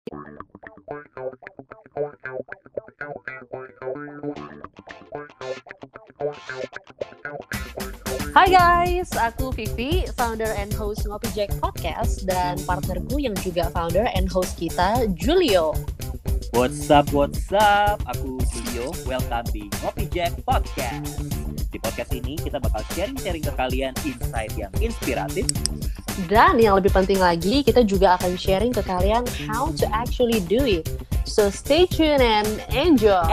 Hai guys, aku Vivi, founder and host Ngopi Jack Podcast, dan partnerku yang juga founder and host kita, Julio. What's up? Aku Julio, welcome di Ngopi Jack Podcast. Di podcast ini kita bakal sharing-sharing ke kalian insight yang inspiratif. Dan yang lebih penting lagi, kita juga akan sharing ke kalian how to actually do it. So stay tuned and enjoy!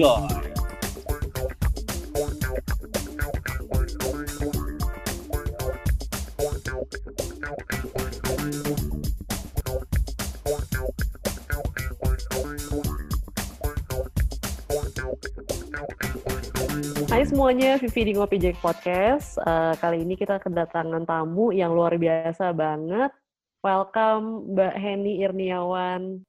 Hai semuanya, Vivi di Ngopi Jack Podcast. Kali ini kita kedatangan tamu yang luar biasa banget. Welcome Mbak Henny Irniawan.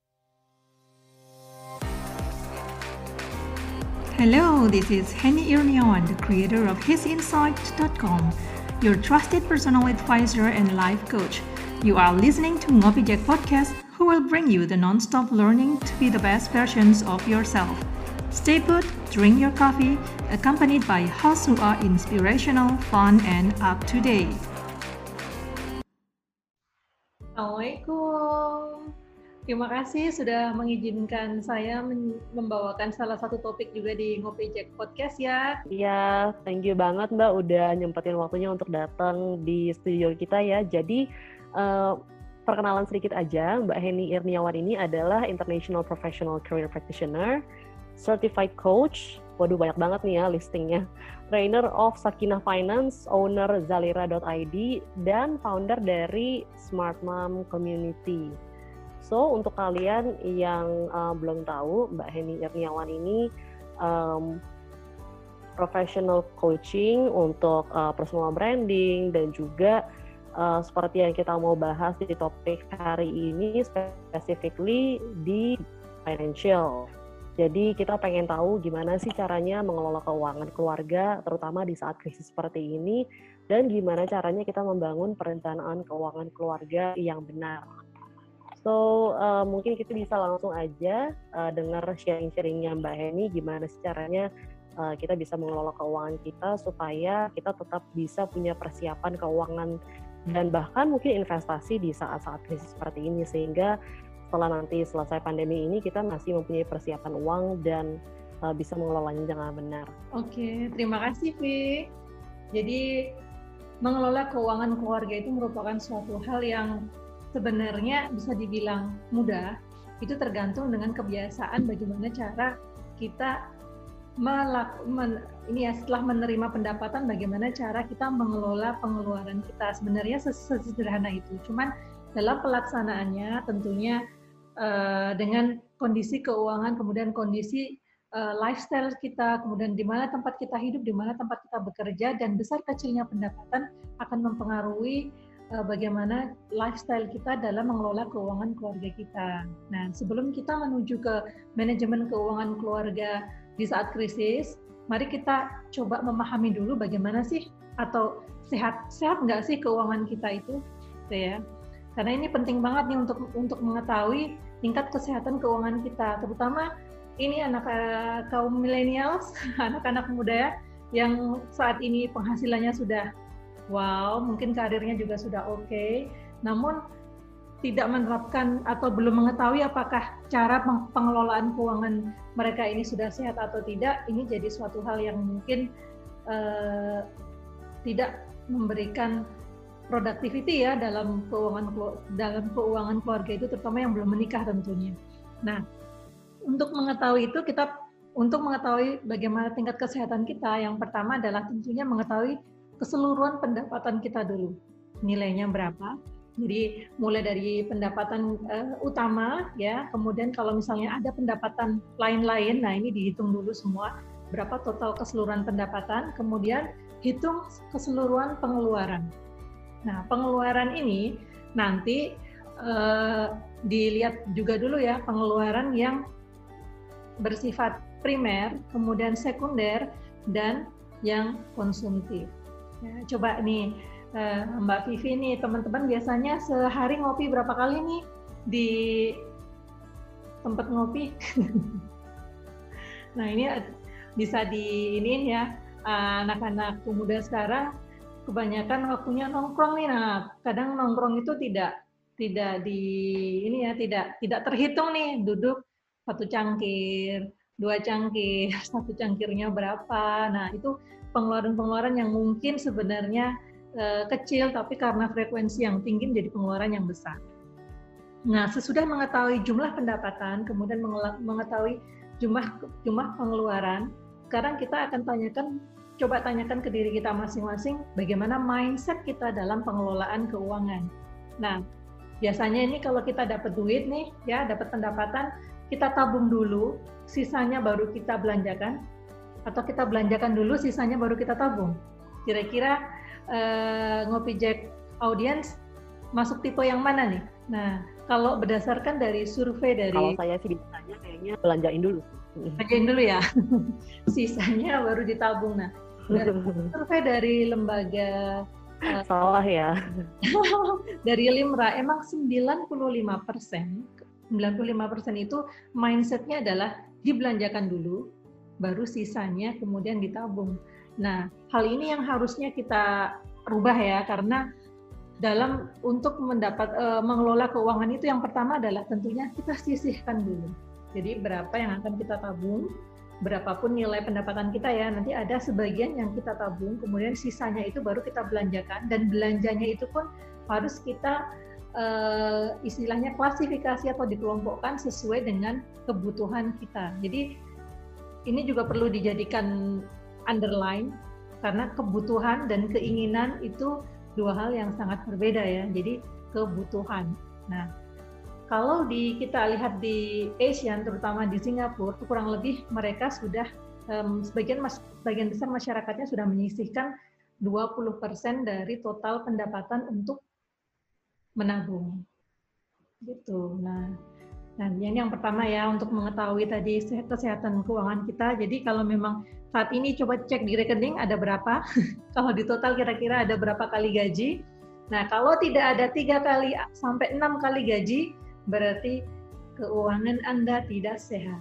Hello, this is Henny Irniawan, the creator of HisInsight.com, your trusted personal advisor and life coach. You are listening to Ngopi Jack Podcast, who will bring you the non-stop learning to be the best versions of yourself. Stay put, drink your coffee, accompanied by hosts who are inspirational, fun, and up-to-date. Assalamualaikum. Terima kasih sudah mengizinkan saya membawakan salah satu topik juga di Ngopi Jack Podcast ya. Iya, thank you banget Mbak udah nyempetin waktunya untuk datang di studio kita ya. Jadi, perkenalan sedikit aja, Mbak Henny Irniawan ini adalah International Professional Career Practitioner, Certified Coach, waduh banyak banget nih ya listingnya, Trainer of Sakinah Finance, owner Zalira.id, dan founder dari Smart Mom Community. So, untuk kalian yang belum tahu, Mbak Henny Irniawan ini professional coaching untuk personal branding dan juga seperti yang kita mau bahas di topik hari ini, specifically di financial. Jadi kita pengen tahu gimana sih caranya mengelola keuangan keluarga, terutama di saat krisis seperti ini, dan gimana caranya kita membangun perencanaan keuangan keluarga yang benar. So, mungkin kita bisa langsung aja dengar sharing-sharingnya Mbak Henny, gimana sih caranya kita bisa mengelola keuangan kita supaya kita tetap bisa punya persiapan keuangan dan bahkan mungkin investasi di saat-saat krisis seperti ini, sehingga setelah nanti selesai pandemi ini kita masih mempunyai persiapan uang dan bisa mengelolanya dengan benar. Oke, terima kasih Vi. Jadi mengelola keuangan keluarga itu merupakan suatu hal yang sebenarnya bisa dibilang mudah. Itu tergantung dengan kebiasaan bagaimana cara kita setelah menerima pendapatan, bagaimana cara kita mengelola pengeluaran kita. Sebenarnya sesederhana itu. Cuman dalam pelaksanaannya tentunya dengan kondisi keuangan, kemudian kondisi lifestyle kita, kemudian di mana tempat kita hidup, di mana tempat kita bekerja, dan besar kecilnya pendapatan akan mempengaruhi bagaimana lifestyle kita dalam mengelola keuangan keluarga kita. Nah, sebelum kita menuju ke manajemen keuangan keluarga di saat krisis, mari kita coba memahami dulu bagaimana sih, atau sehat nggak sih keuangan kita itu, gitu ya. Karena ini penting banget nih untuk mengetahui tingkat kesehatan keuangan kita, terutama ini kaum millennials, anak-anak muda yang saat ini penghasilannya sudah wow, mungkin karirnya juga sudah oke, namun tidak menerapkan atau belum mengetahui apakah cara pengelolaan keuangan mereka ini sudah sehat atau tidak. Ini jadi suatu hal yang mungkin tidak memberikan productivity ya dalam keuangan keluarga itu, terutama yang belum menikah tentunya. Nah, untuk mengetahui itu, untuk mengetahui bagaimana tingkat kesehatan kita, yang pertama adalah tentunya mengetahui keseluruhan pendapatan kita dulu, nilainya berapa. Jadi mulai dari pendapatan utama ya, kemudian kalau misalnya ada pendapatan lain-lain, nah ini dihitung dulu semua berapa total keseluruhan pendapatan, kemudian hitung keseluruhan pengeluaran. Nah, pengeluaran ini nanti dilihat juga dulu ya, pengeluaran yang bersifat primer, kemudian sekunder, dan yang konsumtif. Ya, coba nih Mbak Vivi nih, teman-teman biasanya sehari ngopi berapa kali nih di tempat ngopi. Nah ini bisa diiniin ya, anak-anak muda sekarang kebanyakan waktunya nongkrong nih. Nah kadang nongkrong itu tidak terhitung nih, duduk 1 cangkir, 2 cangkir, 1 cangkirnya berapa. Nah itu pengeluaran yang mungkin sebenarnya kecil, tapi karena frekuensi yang tinggi menjadi pengeluaran yang besar. Nah, sesudah mengetahui jumlah pendapatan, kemudian mengetahui jumlah pengeluaran, sekarang kita akan coba tanyakan ke diri kita masing-masing, bagaimana mindset kita dalam pengelolaan keuangan. Nah, biasanya ini kalau kita dapat duit nih, ya, dapat pendapatan, kita tabung dulu, sisanya baru kita belanjakan, atau kita belanjakan dulu, sisanya baru kita tabung. Kira-kira Ngopi Jack audience masuk tipe yang mana nih? Nah, kalau berdasarkan dari survei dari... Kalau saya sih biasanya kayaknya belanjain dulu. Belanjain dulu ya, sisanya baru ditabung. Nah, survei dari lembaga... Salah ya. Dari Limra, emang 95% itu mindsetnya adalah dibelanjakan dulu, baru sisanya kemudian ditabung. Nah, hal ini yang harusnya kita rubah ya, karena untuk mengelola keuangan itu yang pertama adalah tentunya kita sisihkan dulu. Jadi berapa yang akan kita tabung, berapapun nilai pendapatan kita ya, nanti ada sebagian yang kita tabung, kemudian sisanya itu baru kita belanjakan, dan belanjanya itu pun harus kita istilahnya klasifikasi atau dikelompokkan sesuai dengan kebutuhan kita. Jadi ini juga perlu dijadikan underline, karena kebutuhan dan keinginan itu dua hal yang sangat berbeda ya. Jadi kebutuhan. Nah, kalau kita lihat di Asian, terutama di Singapura, kurang lebih mereka sudah sebagian besar masyarakatnya sudah menyisihkan 20% dari total pendapatan untuk menabung. Gitu. Nah, ini yang pertama ya, untuk mengetahui tadi kesehatan keuangan kita. Jadi kalau memang saat ini coba cek di rekening ada berapa, kalau di total kira-kira ada berapa kali gaji. Nah, kalau tidak ada 3 kali sampai 6 kali gaji, berarti keuangan Anda tidak sehat.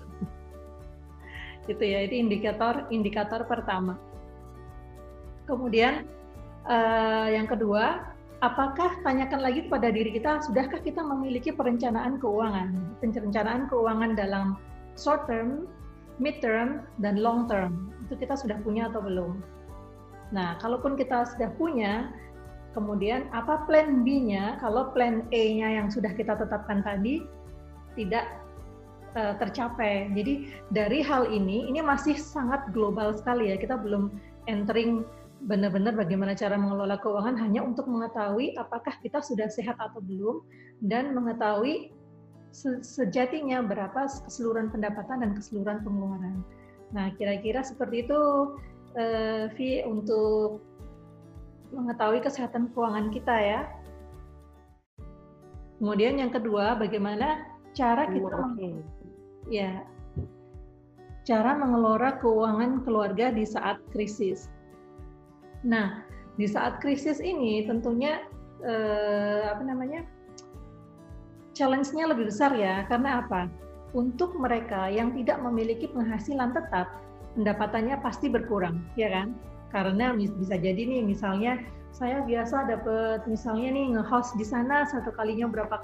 Gitu ya, itu indikator pertama. Kemudian yang kedua, apakah, tanyakan lagi kepada diri kita, sudahkah kita memiliki perencanaan keuangan? Perencanaan keuangan dalam short term, mid term, dan long term. Itu kita sudah punya atau belum? Nah, kalaupun kita sudah punya, kemudian apa plan B-nya kalau plan A-nya yang sudah kita tetapkan tadi tidak tercapai. Jadi dari hal ini masih sangat global sekali ya, kita belum entering benar-benar bagaimana cara mengelola keuangan hanya untuk mengetahui apakah kita sudah sehat atau belum, dan mengetahui sejatinya berapa keseluruhan pendapatan dan keseluruhan pengeluaran. Nah, kira-kira seperti itu, Vi, untuk mengetahui kesehatan keuangan kita ya. Kemudian yang kedua, bagaimana cara kita cara mengelola keuangan keluarga di saat krisis. Nah, di saat krisis ini tentunya challenge-nya lebih besar ya. Karena apa? Untuk mereka yang tidak memiliki penghasilan tetap, pendapatannya pasti berkurang, ya kan? Karena bisa jadi nih, misalnya saya biasa dapat misalnya nih nge-host di sana satu kalinya berapa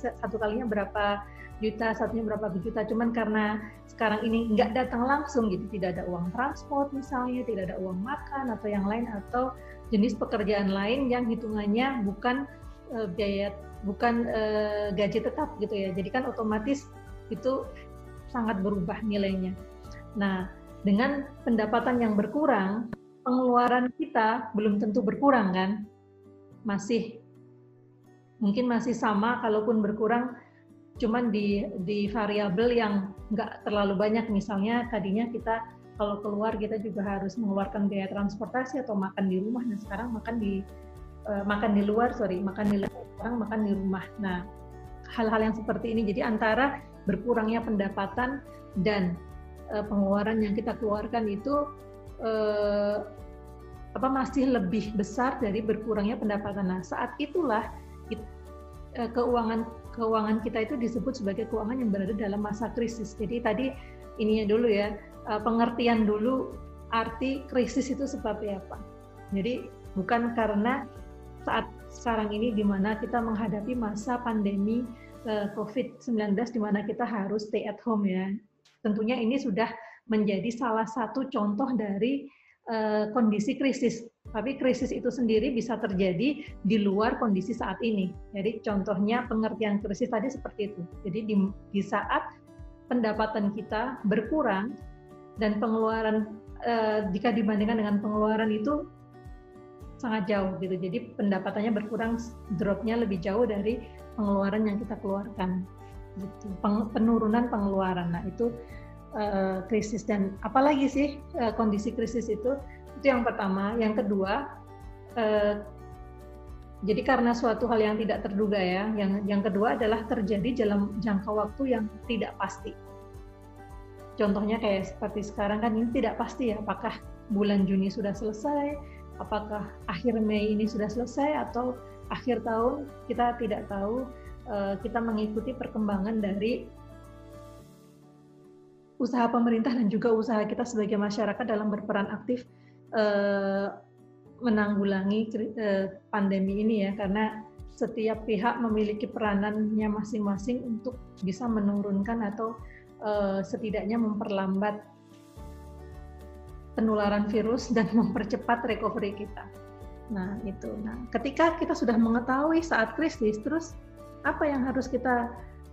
juta, satunya berapa juta, cuman karena sekarang ini nggak datang langsung gitu, tidak ada uang transport misalnya, tidak ada uang makan atau yang lain, atau jenis pekerjaan lain yang hitungannya bukan gaji tetap gitu ya, jadi kan otomatis itu sangat berubah nilainya. Nah, dengan pendapatan yang berkurang, pengeluaran kita belum tentu berkurang kan, mungkin masih sama, kalaupun berkurang cuman di variabel yang nggak terlalu banyak. Misalnya tadinya kita kalau keluar kita juga harus mengeluarkan biaya transportasi atau makan di rumah, dan sekarang makan di luar, sekarang makan di rumah. Nah, hal-hal yang seperti ini, jadi antara berkurangnya pendapatan dan pengeluaran yang kita keluarkan itu masih lebih besar dari berkurangnya pendapatan. Nah, saat itulah keuangan kita itu disebut sebagai keuangan yang berada dalam masa krisis. Jadi tadi ininya dulu ya, pengertian dulu arti krisis itu seperti apa. Jadi bukan karena saat sekarang ini di mana kita menghadapi masa pandemi COVID-19 di mana kita harus stay at home ya. Tentunya ini sudah menjadi salah satu contoh dari kondisi krisis. Tapi krisis itu sendiri bisa terjadi di luar kondisi saat ini. Jadi contohnya pengertian krisis tadi seperti itu. Jadi di saat pendapatan kita berkurang dan pengeluaran jika dibandingkan dengan pengeluaran itu sangat jauh gitu. Jadi pendapatannya berkurang, drop-nya lebih jauh dari pengeluaran yang kita keluarkan. Gitu. Penurunan pengeluaran. Nah, itu krisis. Dan apalagi sih kondisi krisis itu yang pertama. Yang kedua, jadi karena suatu hal yang tidak terduga ya. Yang kedua adalah terjadi dalam jangka waktu yang tidak pasti. Contohnya kayak seperti sekarang kan ini tidak pasti ya, apakah bulan Juni sudah selesai, apakah akhir Mei ini sudah selesai, atau akhir tahun, kita tidak tahu. Kita mengikuti perkembangan dari usaha pemerintah dan juga usaha kita sebagai masyarakat dalam berperan aktif menanggulangi pandemi ini ya, karena setiap pihak memiliki peranannya masing-masing untuk bisa menurunkan atau setidaknya memperlambat penularan virus dan mempercepat recovery kita. Nah itu. Nah ketika kita sudah mengetahui saat krisis, terus apa yang harus kita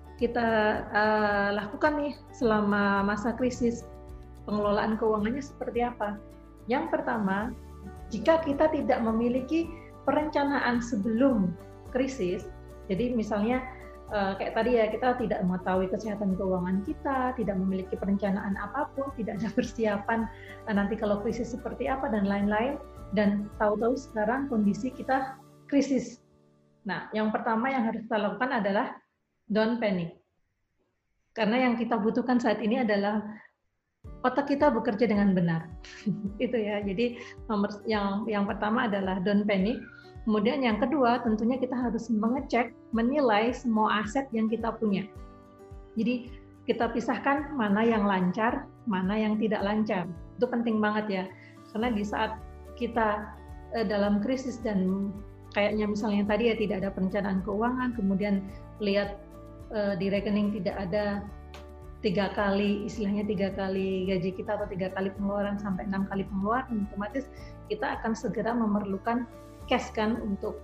lakukan nih selama masa krisis? Pengelolaan keuangannya seperti apa? Yang pertama, jika kita tidak memiliki perencanaan sebelum krisis, jadi misalnya kayak tadi ya, kita tidak mengetahui kesehatan keuangan kita, tidak memiliki perencanaan apapun, tidak ada persiapan nanti kalau krisis seperti apa dan lain-lain, dan tahu-tahu sekarang kondisi kita krisis. Nah, yang pertama yang harus kita lakukan adalah don't panic. Karena yang kita butuhkan saat ini adalah otak kita bekerja dengan benar. Itu ya. Jadi yang pertama adalah don't panic. Kemudian yang kedua tentunya kita harus mengecek, menilai semua aset yang kita punya. Jadi kita pisahkan mana yang lancar, mana yang tidak lancar. Itu penting banget ya. Karena di saat kita dalam krisis dan kayaknya misalnya tadi ya tidak ada perencanaan keuangan, kemudian lihat di rekening tidak ada 3 kali gaji kita atau 3 kali pengeluaran sampai 6 kali pengeluaran, otomatis kita akan segera memerlukan cash kan untuk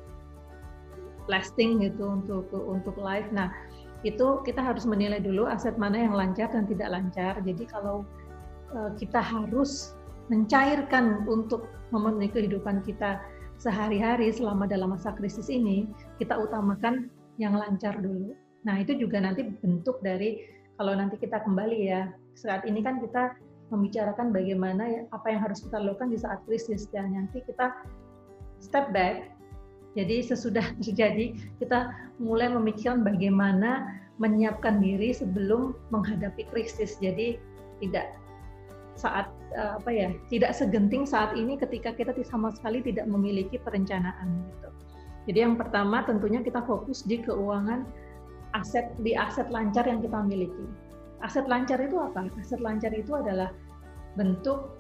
lasting gitu, untuk life. Nah itu kita harus menilai dulu aset mana yang lancar dan tidak lancar. Jadi kalau kita harus mencairkan untuk memenuhi kehidupan kita sehari-hari selama dalam masa krisis ini, kita utamakan yang lancar dulu. Nah itu juga nanti bentuk dari, kalau nanti kita kembali ya, saat ini kan kita membicarakan bagaimana ya, apa yang harus kita lakukan di saat krisis, dan nanti kita step back. Jadi sesudah terjadi, kita mulai memikirkan bagaimana menyiapkan diri sebelum menghadapi krisis. Jadi tidak saat tidak segenting saat ini ketika kita sama sekali tidak memiliki perencanaan gitu. Jadi yang pertama tentunya kita fokus di keuangan aset lancar yang kita miliki. Aset lancar itu apa? Aset lancar itu adalah bentuk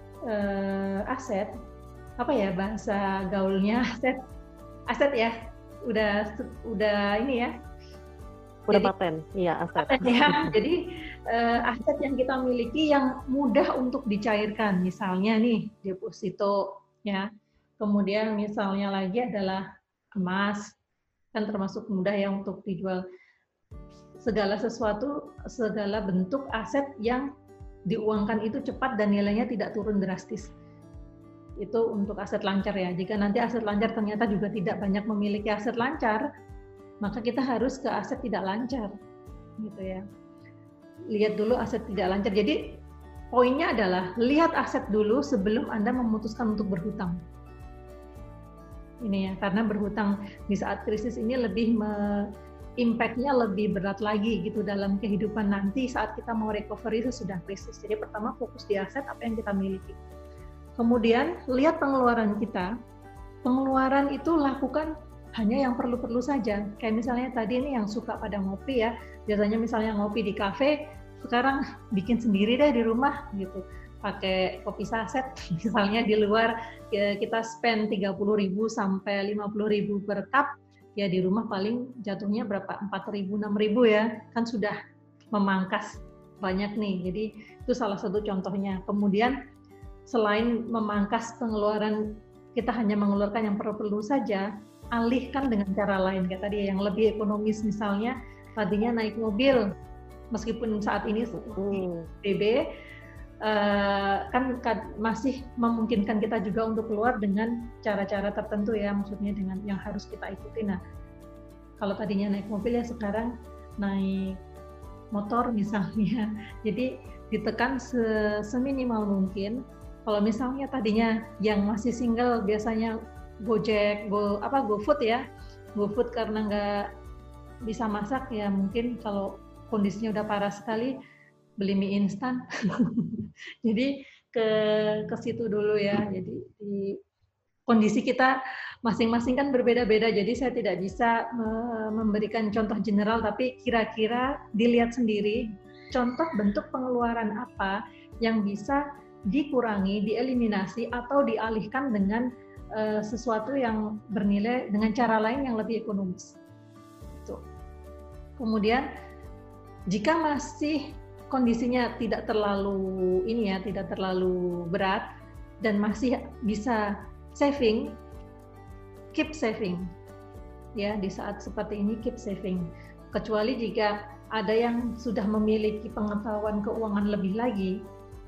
aset, apa ya bahasa gaulnya, aset ya, udah ini ya. Udah paten, iya aset. Ya, jadi aset yang kita miliki yang mudah untuk dicairkan, misalnya nih deposito ya. Kemudian misalnya lagi adalah emas, kan termasuk mudah ya untuk dijual. Segala sesuatu, segala bentuk aset yang diuangkan itu cepat dan nilainya tidak turun drastis. Itu untuk aset lancar ya. Jika nanti aset lancar ternyata juga tidak banyak memiliki aset lancar, maka kita harus ke aset tidak lancar, gitu ya. Lihat dulu aset tidak lancar. Jadi poinnya adalah lihat aset dulu sebelum Anda memutuskan untuk berhutang. Ini ya, karena berhutang di saat krisis ini lebih impact-nya lebih berat lagi gitu dalam kehidupan nanti saat kita mau recovery sesudah krisis. Jadi pertama fokus di aset apa yang kita miliki. Kemudian lihat pengeluaran kita. Pengeluaran itu lakukan hanya yang perlu-perlu saja. Kayak misalnya tadi ini yang suka pada ngopi ya, biasanya misalnya ngopi di kafe, sekarang bikin sendiri deh di rumah gitu. Pakai kopi saset, misalnya di luar ya, kita spend 30.000 sampai 50.000 per cup, ya di rumah paling jatuhnya berapa? 4.000, 6.000 ya, kan sudah memangkas banyak nih. Jadi itu salah satu contohnya. Kemudian selain memangkas pengeluaran, kita hanya mengeluarkan yang perlu-perlu saja, alihkan dengan cara lain kayak tadi yang lebih ekonomis, misalnya tadinya naik mobil meskipun saat ini BB kan masih memungkinkan kita juga untuk keluar dengan cara-cara tertentu ya, maksudnya dengan yang harus kita ikuti. Nah, kalau tadinya naik mobil ya sekarang naik motor misalnya. Jadi ditekan seminimal mungkin. Kalau misalnya tadinya yang masih single biasanya Gojek, GoFood ya, GoFood karena nggak bisa masak ya mungkin kalau kondisinya udah parah sekali beli mie instan. Jadi ke situ dulu ya. Jadi di kondisi kita masing-masing kan berbeda-beda. Jadi saya tidak bisa memberikan contoh general, tapi kira-kira dilihat sendiri contoh bentuk pengeluaran apa yang bisa dikurangi, dieliminasi atau dialihkan dengan sesuatu yang bernilai dengan cara lain yang lebih ekonomis. Tuh. Kemudian jika masih kondisinya tidak terlalu tidak terlalu berat dan masih bisa saving, keep saving. Ya, di saat seperti ini keep saving. Kecuali jika ada yang sudah memiliki pengetahuan keuangan lebih lagi,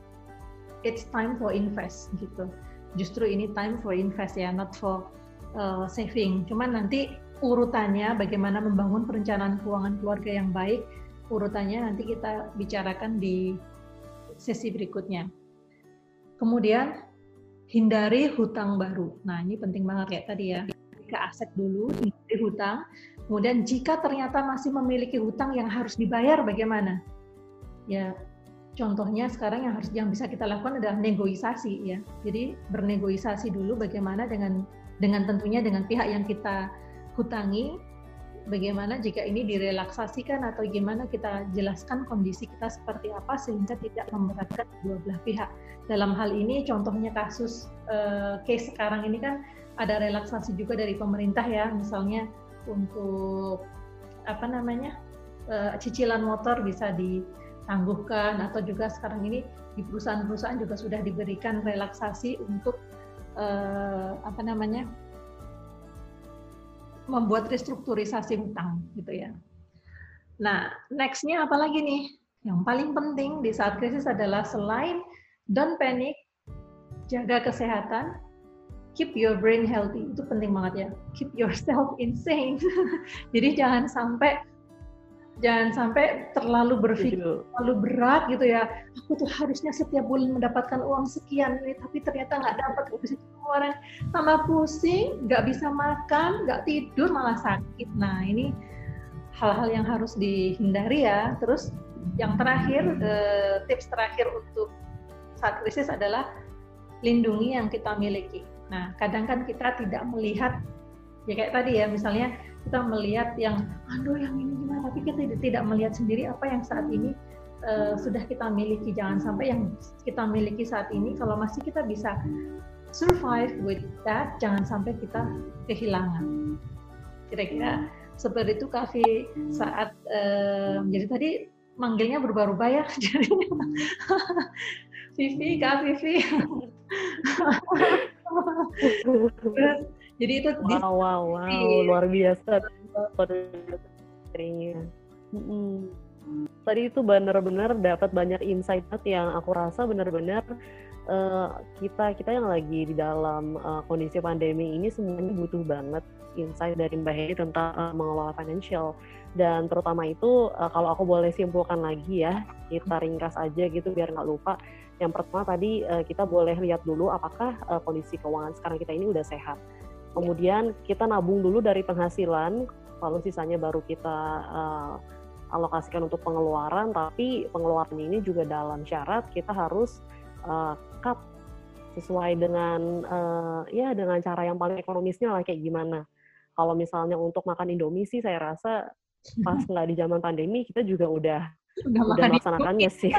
it's time for invest gitu. Justru ini time for invest ya, not for saving. Cuman nanti urutannya bagaimana membangun perencanaan keuangan keluarga yang baik, urutannya nanti kita bicarakan di sesi berikutnya. Kemudian hindari hutang baru. Nah, ini penting banget kayak tadi ya. Ke aset dulu, hindari hutang. Kemudian jika ternyata masih memiliki hutang yang harus dibayar bagaimana? Ya, contohnya sekarang yang bisa kita lakukan adalah negosiasi ya. Jadi bernegosiasi dulu bagaimana dengan tentunya dengan pihak yang kita hutangi, bagaimana jika ini direlaksasikan atau gimana kita jelaskan kondisi kita seperti apa sehingga tidak memberatkan kedua belah pihak. Dalam hal ini contohnya kasus case sekarang ini kan ada relaksasi juga dari pemerintah ya, misalnya untuk cicilan motor bisa ditangguhkan, atau juga sekarang ini di perusahaan-perusahaan juga sudah diberikan relaksasi untuk membuat restrukturisasi hutang gitu ya. Nah, next-nya apa lagi nih? Yang paling penting di saat krisis adalah selain don't panic, jaga kesehatan, keep your brain healthy, itu penting banget ya. Keep yourself insane. Jadi jangan sampai terlalu berpikir terlalu berat gitu ya. Aku tuh harusnya setiap bulan mendapatkan uang sekian nih, tapi ternyata nggak dapat. Habis itu pengeluaran tambah pusing, nggak bisa makan, nggak tidur, malah sakit. Nah, ini hal-hal yang harus dihindari ya. Terus yang terakhir, tips terakhir untuk saat krisis adalah lindungi yang kita miliki. Nah, kadang kan kita tidak melihat, ya kayak tadi ya, misalnya kita melihat yang ini gimana, tapi kita tidak melihat sendiri apa yang saat ini sudah kita miliki. Jangan sampai yang kita miliki saat ini, kalau masih kita bisa survive with that, jangan sampai kita kehilangan. Kira-kira seperti itu Kavi saat jadi tadi manggilnya berubah-ubah ya. Vivi, Kak Vivi. Jadi itu wow, luar biasa sharingnya. Tadi itu benar-benar dapat banyak insight yang aku rasa benar-benar kita yang lagi di dalam kondisi pandemi ini semuanya butuh banget insight dari Mbak Heni tentang mengelola financial. Dan terutama itu kalau aku boleh simpulkan lagi ya, kita ringkas aja gitu biar nggak lupa. Yang pertama tadi kita boleh lihat dulu apakah kondisi keuangan sekarang kita ini udah sehat. Kemudian kita nabung dulu dari penghasilan, lalu sisanya baru kita alokasikan untuk pengeluaran, tapi pengeluaran ini juga dalam syarat kita harus cut sesuai dengan dengan cara yang paling ekonomisnya lah kayak gimana. Kalau misalnya untuk makan Indomie sih saya rasa pas nggak di zaman pandemi kita juga udah melaksanakannya sih.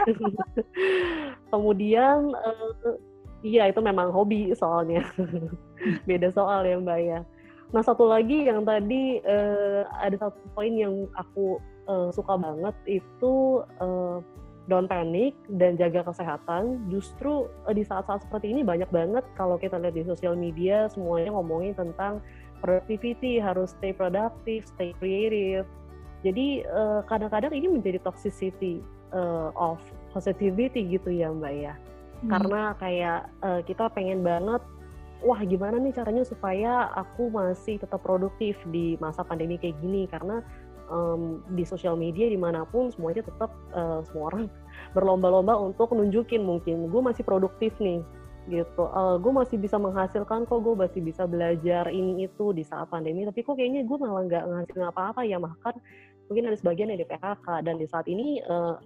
Kemudian iya itu memang hobi soalnya. Beda soal ya Mbak ya. Nah satu lagi yang tadi ada satu poin yang aku suka banget itu don't panic dan jaga kesehatan. Justru di saat-saat seperti ini banyak banget kalau kita lihat di sosial media semuanya ngomongin tentang productivity, harus stay productive, stay creative. Jadi kadang-kadang ini menjadi toxicity of positivity gitu ya Mbak ya. Karena kayak kita pengen banget, wah gimana nih caranya supaya aku masih tetap produktif di masa pandemi kayak gini. Karena di sosial media dimanapun semuanya tetap semua orang berlomba-lomba untuk nunjukin mungkin gue masih produktif nih gitu, gue masih bisa menghasilkan kok, gue masih bisa belajar ini itu di saat pandemi, tapi kok kayaknya gue malah nggak ngasilin apa-apa ya, bahkan mungkin ada sebagian yang di PHK, dan di saat ini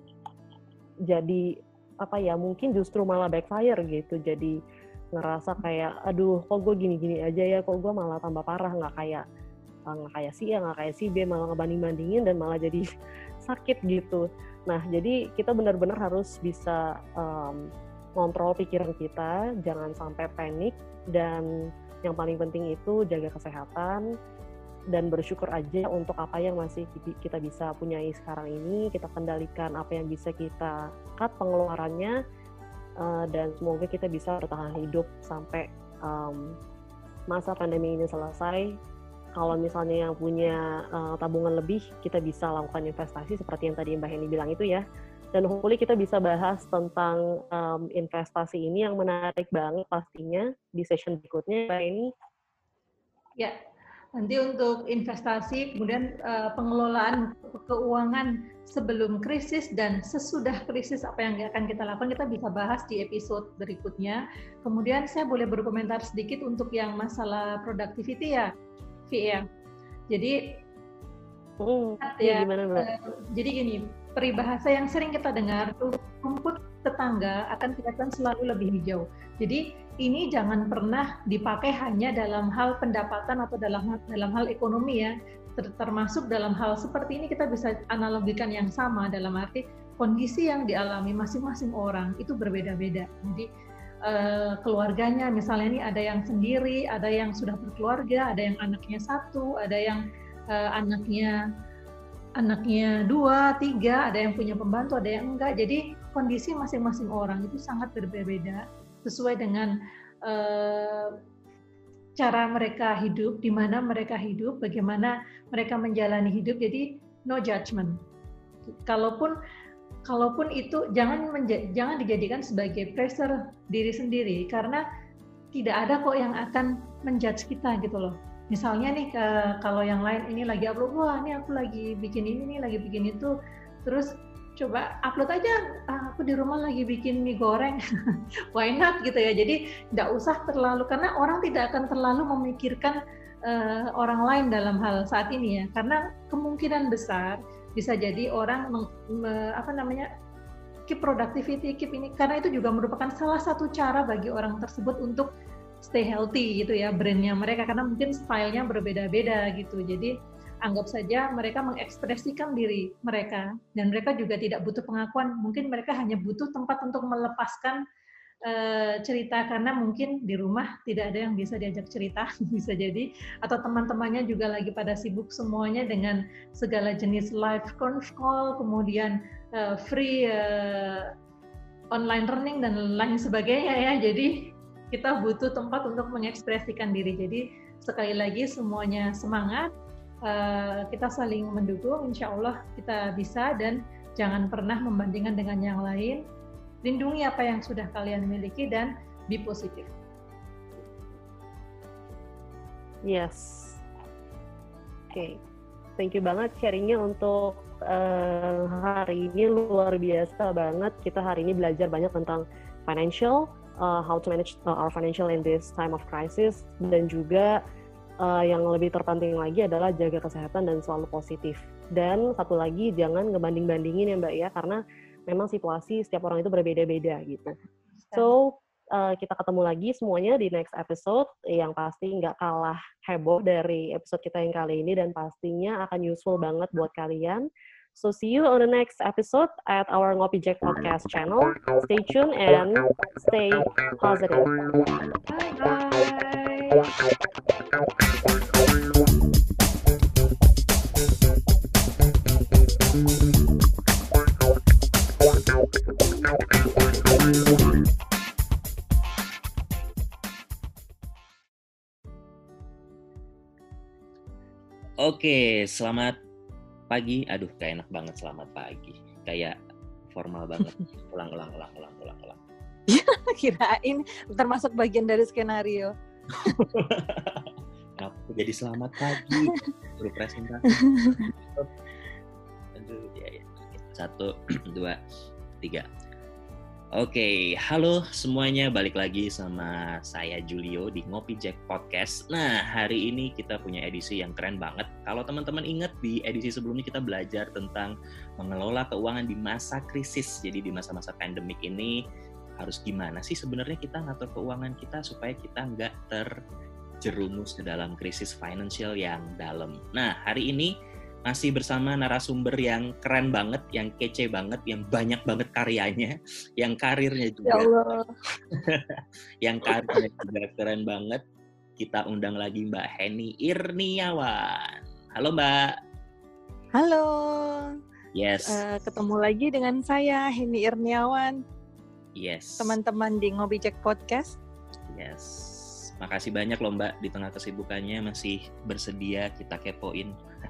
jadi apa ya, mungkin justru malah backfire gitu, jadi ngerasa kayak aduh kok gue gini-gini aja ya, kok gue malah tambah parah, nggak kayak si A, nggak kayak si B, malah ngebanding-bandingin dan malah jadi sakit gitu. Nah jadi kita benar-benar harus bisa kontrol pikiran kita, jangan sampai panik, dan yang paling penting itu jaga kesehatan dan bersyukur aja untuk apa yang masih kita bisa punyai sekarang ini, kita kendalikan apa yang bisa kita cut pengeluarannya, dan semoga kita bisa bertahan hidup sampai masa pandemi ini selesai. Kalau misalnya yang punya tabungan lebih, kita bisa lakukan investasi seperti yang tadi Mbak Heni bilang itu ya. Dan hopefully kita bisa bahas tentang investasi ini yang menarik banget pastinya di session berikutnya, Mbak Heni. Ya, nanti untuk investasi, kemudian pengelolaan keuangan sebelum krisis dan sesudah krisis apa yang akan kita lakukan, kita bisa bahas di episode berikutnya. Kemudian saya boleh berkomentar sedikit untuk yang masalah productivity ya, Vi ya. Jadi ya, gimana Mbak? Jadi gini, peribahasa yang sering kita dengar tuh, rumput tetangga akan kelihatan selalu lebih hijau. Jadi ini jangan pernah dipakai hanya dalam hal pendapatan atau dalam hal ekonomi ya. Termasuk dalam hal seperti ini kita bisa analogikan yang sama, dalam arti kondisi yang dialami masing-masing orang itu berbeda-beda. Jadi keluarganya misalnya ini ada yang sendiri, ada yang sudah berkeluarga, ada yang anaknya satu, ada yang anaknya 2, 3, ada yang punya pembantu, ada yang enggak. Jadi kondisi masing-masing orang itu sangat berbeda-beda sesuai dengan cara mereka hidup, di mana mereka hidup, bagaimana mereka menjalani hidup. Jadi no judgment. Kalaupun itu jangan dijadikan sebagai pressure diri sendiri, karena tidak ada kok yang akan menjudge kita gitu loh. Misalnya nih kalau yang lain ini lagi upload, wah ini aku lagi bikin ini nih, lagi bikin itu, terus coba upload aja, aku di rumah lagi bikin mie goreng, why not gitu ya. Jadi nggak usah terlalu, karena orang tidak akan terlalu memikirkan orang lain dalam hal saat ini ya, karena kemungkinan besar bisa jadi orang keep productivity, keep ini, karena itu juga merupakan salah satu cara bagi orang tersebut untuk stay healthy gitu ya, brandnya mereka, karena mungkin stylenya berbeda-beda gitu. Jadi anggap saja mereka mengekspresikan diri mereka, dan mereka juga tidak butuh pengakuan, mungkin mereka hanya butuh tempat untuk melepaskan cerita, karena mungkin di rumah tidak ada yang bisa diajak cerita, bisa jadi, atau teman-temannya juga lagi pada sibuk semuanya dengan segala jenis live conf call, kemudian free online learning dan lain sebagainya ya. Jadi kita butuh tempat untuk mengekspresikan diri. Jadi sekali lagi semuanya semangat, kita saling mendukung, insya Allah kita bisa, dan jangan pernah membandingkan dengan yang lain. Lindungi apa yang sudah kalian miliki dan be positif. Yes. Oke. Thank you banget sharingnya untuk hari ini, luar biasa banget. Kita hari ini belajar banyak tentang financial, how to manage our financial in this time of crisis, dan juga yang lebih terpenting lagi adalah jaga kesehatan dan selalu positif. Dan satu lagi, jangan ngebanding-bandingin ya Mbak ya, karena memang situasi setiap orang itu berbeda-beda gitu. So, kita ketemu lagi semuanya di next episode yang pasti nggak kalah heboh dari episode kita yang kali ini dan pastinya akan useful banget buat kalian. So see you on the next episode at our Ngopi Jack Podcast channel. Stay tuned and stay positive. Bye-bye. Oke, selamat pagi. Aduh, gak enak banget selamat pagi. Kayak formal banget. Ulang. Kirain termasuk bagian dari skenario. Aku jadi selamat pagi. Baru presentasi. Aduh, ya. 1, 2, 3. Oke, halo semuanya, balik lagi sama saya Julio di Ngopi Jack Podcast. Nah, hari ini kita punya edisi yang keren banget. Kalau teman-teman ingat di edisi sebelumnya kita belajar tentang mengelola keuangan di masa krisis. Jadi di masa-masa pandemik ini harus gimana sih sebenarnya kita ngatur keuangan kita supaya kita nggak terjerumus ke dalam krisis financial yang dalam. Nah, hari ini masih bersama narasumber yang keren banget, yang kece banget, yang banyak banget karyanya, yang karirnya juga, Ya Allah. yang karirnya juga keren banget. Kita undang lagi Mbak Henny Irniawan. Halo Mbak. Halo. Yes. Ketemu lagi dengan saya Henny Irniawan. Yes. Teman-teman di Ngopi Jack Podcast. Yes. Makasih banyak loh Mbak, di tengah kesibukannya masih bersedia kita kepoin.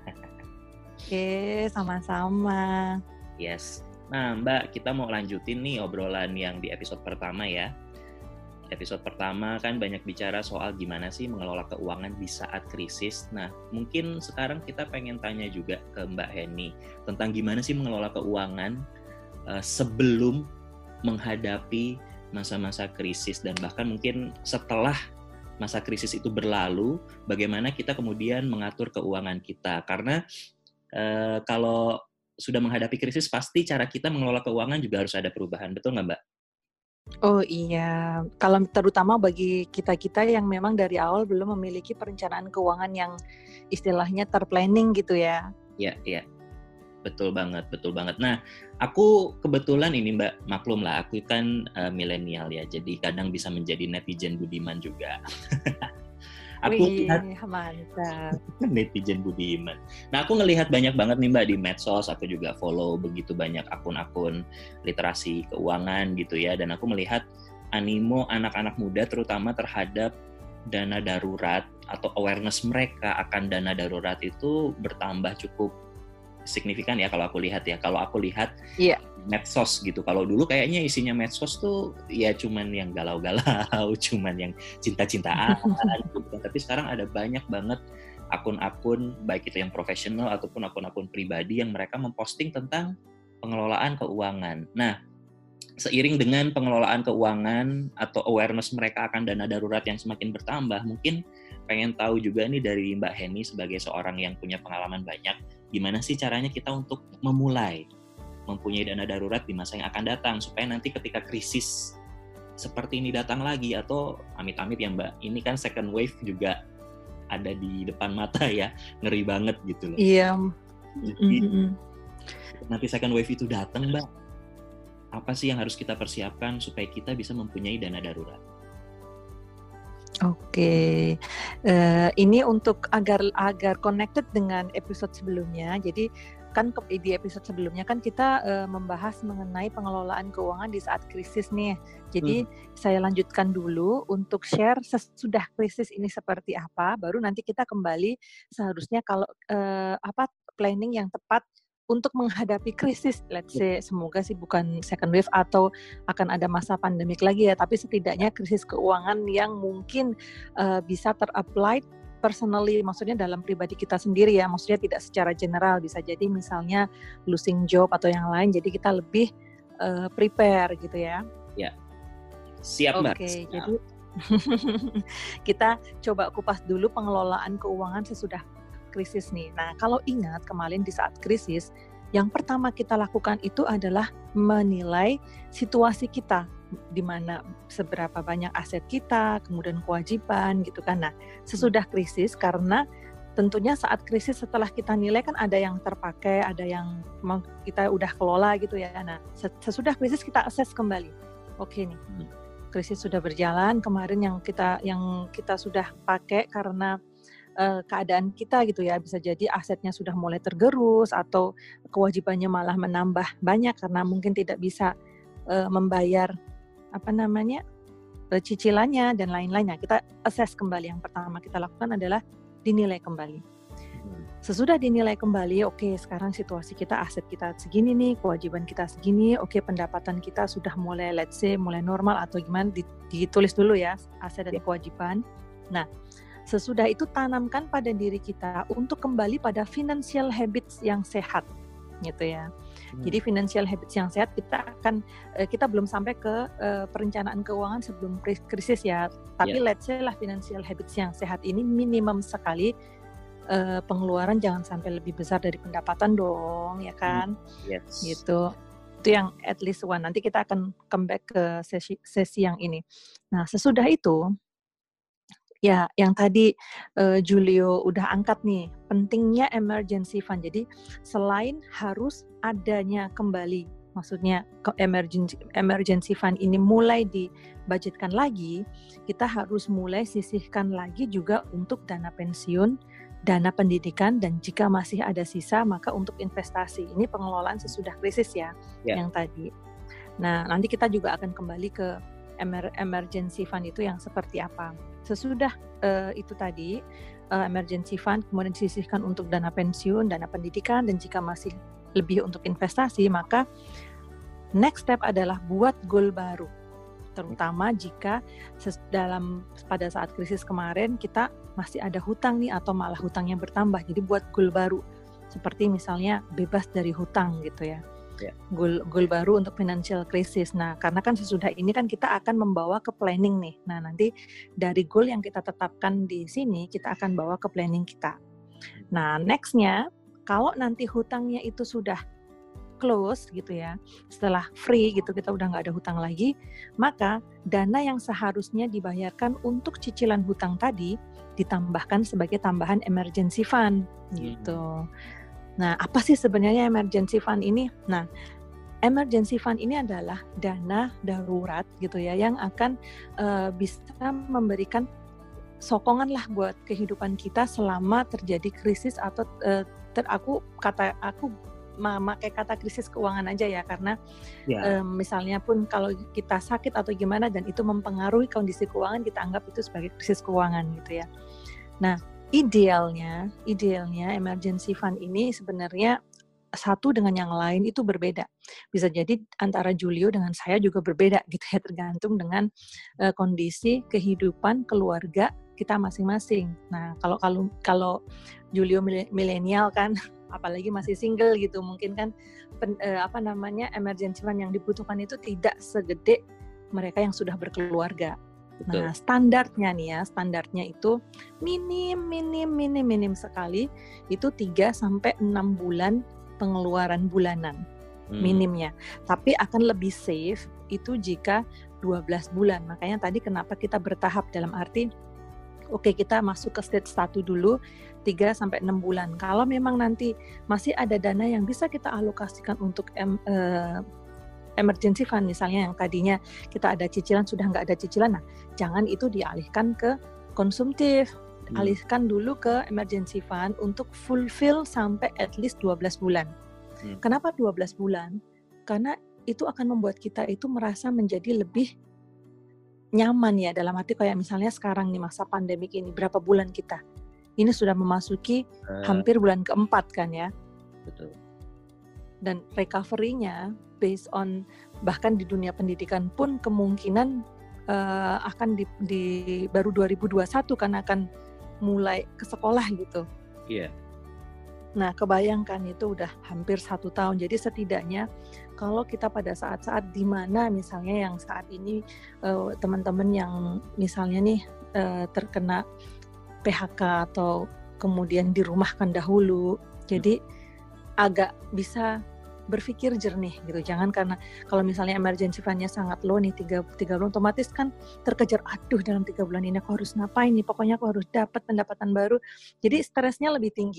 Oke, sama-sama. Yes. Nah Mbak, kita mau lanjutin nih obrolan yang di episode pertama ya. Episode pertama kan banyak bicara soal gimana sih mengelola keuangan di saat krisis. Nah, mungkin sekarang kita pengen tanya juga ke Mbak Henny tentang gimana sih mengelola keuangan sebelum menghadapi masa-masa krisis dan bahkan mungkin setelah masa krisis itu berlalu, bagaimana kita kemudian mengatur keuangan kita. Karena kalau sudah menghadapi krisis, pasti cara kita mengelola keuangan juga harus ada perubahan. Betul nggak, Mbak? Oh iya, kalau terutama bagi kita-kita yang memang dari awal belum memiliki perencanaan keuangan yang istilahnya terplanning gitu ya. Iya. Betul banget. Nah, aku kebetulan ini Mbak, maklum lah, aku kan milenial ya, jadi kadang bisa menjadi netizen budiman juga. Aku lihat mantap. netizen budiman. Nah, aku ngelihat banyak banget nih Mbak di medsos, aku juga follow begitu banyak akun-akun literasi keuangan gitu ya, dan aku melihat animo anak-anak muda terutama terhadap dana darurat atau awareness mereka akan dana darurat itu bertambah cukup signifikan ya kalau aku lihat ya. Kalau aku lihat medsos gitu. Kalau dulu kayaknya isinya medsos tuh ya cuman yang galau-galau, cuman yang cinta-cintaan. Tapi sekarang ada banyak banget akun-akun baik itu yang profesional ataupun akun-akun pribadi yang mereka memposting tentang pengelolaan keuangan. Nah, seiring dengan pengelolaan keuangan atau awareness mereka akan dana darurat yang semakin bertambah, mungkin pengen tahu juga nih dari Mbak Henny sebagai seorang yang punya pengalaman banyak, gimana sih caranya kita untuk memulai mempunyai dana darurat di masa yang akan datang supaya nanti ketika krisis seperti ini datang lagi atau amit-amit ya Mbak, ini kan second wave juga ada di depan mata ya, ngeri banget gitu loh. Iya. Jadi, nanti second wave itu datang Mbak, apa sih yang harus kita persiapkan supaya kita bisa mempunyai dana darurat? Oke, ini untuk agar connected dengan episode sebelumnya. Jadi kan di episode sebelumnya kan kita membahas mengenai pengelolaan keuangan di saat krisis nih. Jadi saya lanjutkan dulu untuk share sesudah krisis ini seperti apa. Baru nanti kita kembali seharusnya kalau planning yang tepat untuk menghadapi krisis, let's say, semoga sih bukan second wave atau akan ada masa pandemik lagi ya, tapi setidaknya krisis keuangan yang mungkin bisa ter-apply personally, maksudnya dalam pribadi kita sendiri ya, maksudnya tidak secara general, bisa jadi misalnya losing job atau yang lain, jadi kita lebih prepare gitu ya. Ya, siap Mbak. Oke, jadi kita coba kupas dulu pengelolaan keuangan sesudah krisis nih. Nah, kalau ingat kemarin di saat krisis, yang pertama kita lakukan itu adalah menilai situasi kita. di mana seberapa banyak aset kita, kemudian kewajiban gitu kan. Nah, sesudah krisis, karena tentunya saat krisis setelah kita nilai kan ada yang terpakai, ada yang kita udah kelola gitu ya. Nah, sesudah krisis kita assess kembali. Oke nih, krisis sudah berjalan, kemarin yang kita sudah pakai karena keadaan kita gitu ya, bisa jadi asetnya sudah mulai tergerus atau kewajibannya malah menambah banyak karena mungkin tidak bisa membayar cicilannya dan lain-lainnya. Kita assess kembali. Yang pertama kita lakukan adalah dinilai kembali. Sesudah dinilai kembali, oke, sekarang situasi kita, aset kita segini nih, kewajiban kita segini, oke, pendapatan kita sudah mulai, let's say, mulai normal atau gimana, ditulis dulu ya aset dan kewajiban. Nah, sesudah itu tanamkan pada diri kita untuk kembali pada financial habits yang sehat, gitu ya. Jadi financial habits yang sehat kita belum sampai ke perencanaan keuangan sebelum krisis ya. Tapi let's say lah financial habits yang sehat ini minimum sekali pengeluaran jangan sampai lebih besar dari pendapatan dong, ya kan? Yes. Gitu. Itu yang at least one. Nanti kita akan come back ke sesi yang ini. Nah, sesudah itu ya, yang tadi Julio udah angkat nih, pentingnya emergency fund. Jadi selain harus adanya kembali, maksudnya emergency fund ini mulai dibudgetkan lagi, kita harus mulai sisihkan lagi juga untuk dana pensiun, dana pendidikan, dan jika masih ada sisa maka untuk investasi. Ini pengelolaan sesudah krisis ya, yang tadi. Nah, nanti kita juga akan kembali ke emergency fund itu yang seperti apa. Sesudah itu tadi emergency fund kemudian disisihkan untuk dana pensiun, dana pendidikan, dan jika masih lebih untuk investasi, maka next step adalah buat goal baru. Terutama jika pada saat krisis kemarin kita masih ada hutang nih atau malah hutangnya bertambah. Jadi buat goal baru. Seperti misalnya bebas dari hutang gitu ya. Goal baru untuk financial crisis. Nah, karena kan sesudah ini kan kita akan membawa ke planning nih. Nah, nanti dari goal yang kita tetapkan di sini, kita akan bawa ke planning kita. Nah, next-nya, kalau nanti hutangnya itu sudah close gitu ya, setelah free gitu, kita udah nggak ada hutang lagi, maka dana yang seharusnya dibayarkan untuk cicilan hutang tadi, ditambahkan sebagai tambahan emergency fund gitu. Nah, apa sih sebenarnya emergency fund ini? Nah, emergency fund ini adalah dana darurat gitu ya, yang akan bisa memberikan sokongan lah buat kehidupan kita selama terjadi krisis atau aku memakai kata krisis keuangan aja ya, karena misalnya pun kalau kita sakit atau gimana dan itu mempengaruhi kondisi keuangan, kita anggap itu sebagai krisis keuangan gitu ya. Nah, idealnya emergency fund ini sebenarnya satu dengan yang lain itu berbeda. Bisa jadi antara Julio dengan saya juga berbeda gitu ya, tergantung dengan kondisi kehidupan keluarga kita masing-masing. Nah, kalau Julio milenial kan, apalagi masih single gitu, mungkin kan emergency fund yang dibutuhkan itu tidak segede mereka yang sudah berkeluarga. Betul. Nah, standarnya itu minim sekali, itu 3-6 bulan pengeluaran bulanan minimnya. Tapi akan lebih safe itu jika 12 bulan. Makanya tadi kenapa kita bertahap, dalam arti oke, kita masuk ke stage 1 dulu 3-6 bulan. Kalau memang nanti masih ada dana yang bisa kita alokasikan untuk emergency fund, misalnya yang tadinya kita ada cicilan sudah nggak ada cicilan, nah jangan itu dialihkan ke konsumtif, alihkan dulu ke emergency fund untuk fulfill sampai at least 12 bulan. Kenapa 12 bulan? Karena itu akan membuat kita itu merasa menjadi lebih nyaman ya, dalam arti kayak misalnya sekarang nih masa pandemik ini, berapa bulan kita? Ini sudah memasuki hampir bulan keempat kan ya. Betul. Dan recovery-nya based on, bahkan di dunia pendidikan pun kemungkinan akan di baru 2021 kan akan mulai ke sekolah gitu. Iya. Nah, kebayangkan itu udah hampir 1 tahun. Jadi setidaknya kalau kita pada saat-saat di mana misalnya yang saat ini teman-teman yang misalnya nih terkena PHK atau kemudian dirumahkan dahulu, jadi agak bisa berpikir jernih gitu. Jangan karena kalau misalnya emergency fund-nya sangat low nih 3 bulan, otomatis kan terkejar, aduh dalam 3 bulan ini aku harus ngapain nih, pokoknya aku harus dapat pendapatan baru. Jadi stresnya lebih tinggi.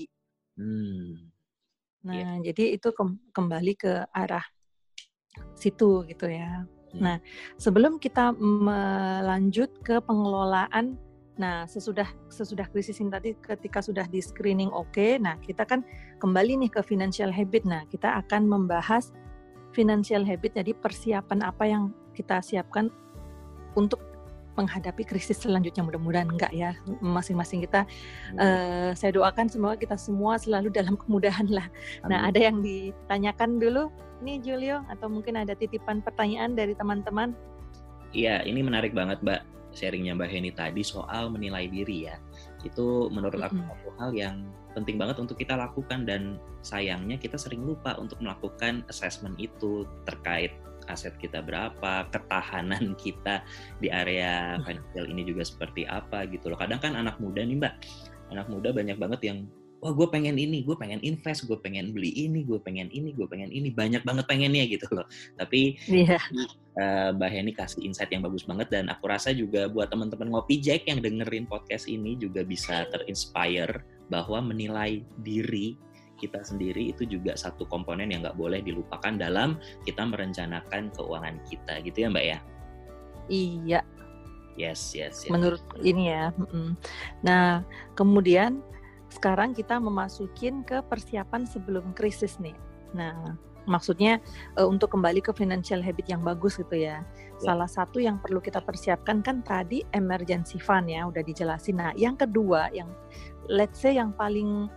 Nah, jadi itu kembali ke arah situ gitu ya. Nah, sebelum kita melanjut ke pengelolaan, nah sesudah krisis ini tadi, ketika sudah di screening oke, nah kita kan kembali nih ke financial habit. Nah, kita akan membahas financial habit, jadi persiapan apa yang kita siapkan untuk menghadapi krisis selanjutnya. Mudah-mudahan enggak ya, masing-masing kita. Saya doakan semoga kita semua selalu dalam kemudahan lah. Nah, ada yang ditanyakan dulu nih Julio, atau mungkin ada titipan pertanyaan dari teman-teman? Iya, ini menarik banget Mbak, sharingnya Mbak Heni tadi soal menilai diri ya. Itu menurut aku satu hal yang penting banget untuk kita lakukan, dan sayangnya kita sering lupa untuk melakukan assessment itu terkait aset kita berapa, ketahanan kita di area financial ini juga seperti apa gitu loh. Kadang kan anak muda nih Mbak, anak muda banyak banget yang wah gue pengen ini, gue pengen invest, gue pengen beli ini, gue pengen ini, banyak banget pengennya gitu loh. Tapi Mbak Heni kasih insight yang bagus banget, dan aku rasa juga buat teman-teman Ngopi Jack yang dengerin podcast ini juga bisa terinspire bahwa menilai diri kita sendiri itu juga satu komponen yang nggak boleh dilupakan dalam kita merencanakan keuangan kita, gitu ya Mbak ya? Iya. Yes. Menurut ini ya. Nah, kemudian sekarang kita memasukin ke persiapan sebelum krisis nih. Nah, maksudnya untuk kembali ke financial habit yang bagus gitu ya. Salah satu yang perlu kita persiapkan kan tadi emergency fund ya, udah dijelasin. Nah, yang kedua, yang let's say yang paling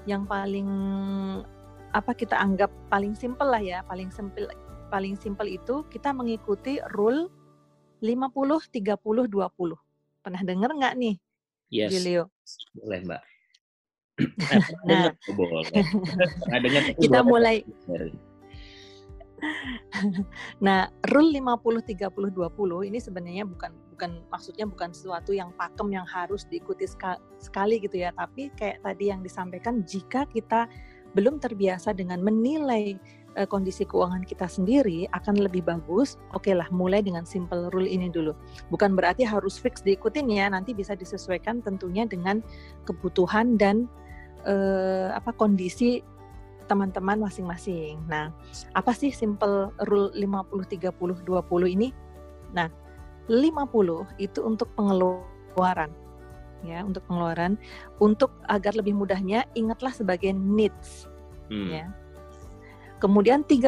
apa kita anggap paling simple lah ya, paling simple itu kita mengikuti rule 50-30-20. Pernah dengar nggak nih, Julio? Boleh Mbak. Nah, kita mulai. Nah, rule 50-30-20 ini sebenarnya bukan maksudnya bukan sesuatu yang pakem yang harus diikuti sekali gitu ya, tapi kayak tadi yang disampaikan, jika kita belum terbiasa dengan menilai kondisi keuangan kita sendiri akan lebih bagus. Oke lah, mulai dengan simple rule ini dulu. Bukan berarti harus fix diikutin ya, nanti bisa disesuaikan tentunya dengan kebutuhan dan kondisi teman-teman masing-masing. Nah, apa sih simple rule 50-30-20 ini? Nah, 50 itu untuk pengeluaran. Ya, untuk pengeluaran. Untuk agar lebih mudahnya, ingatlah sebagai needs. Ya. Kemudian 30%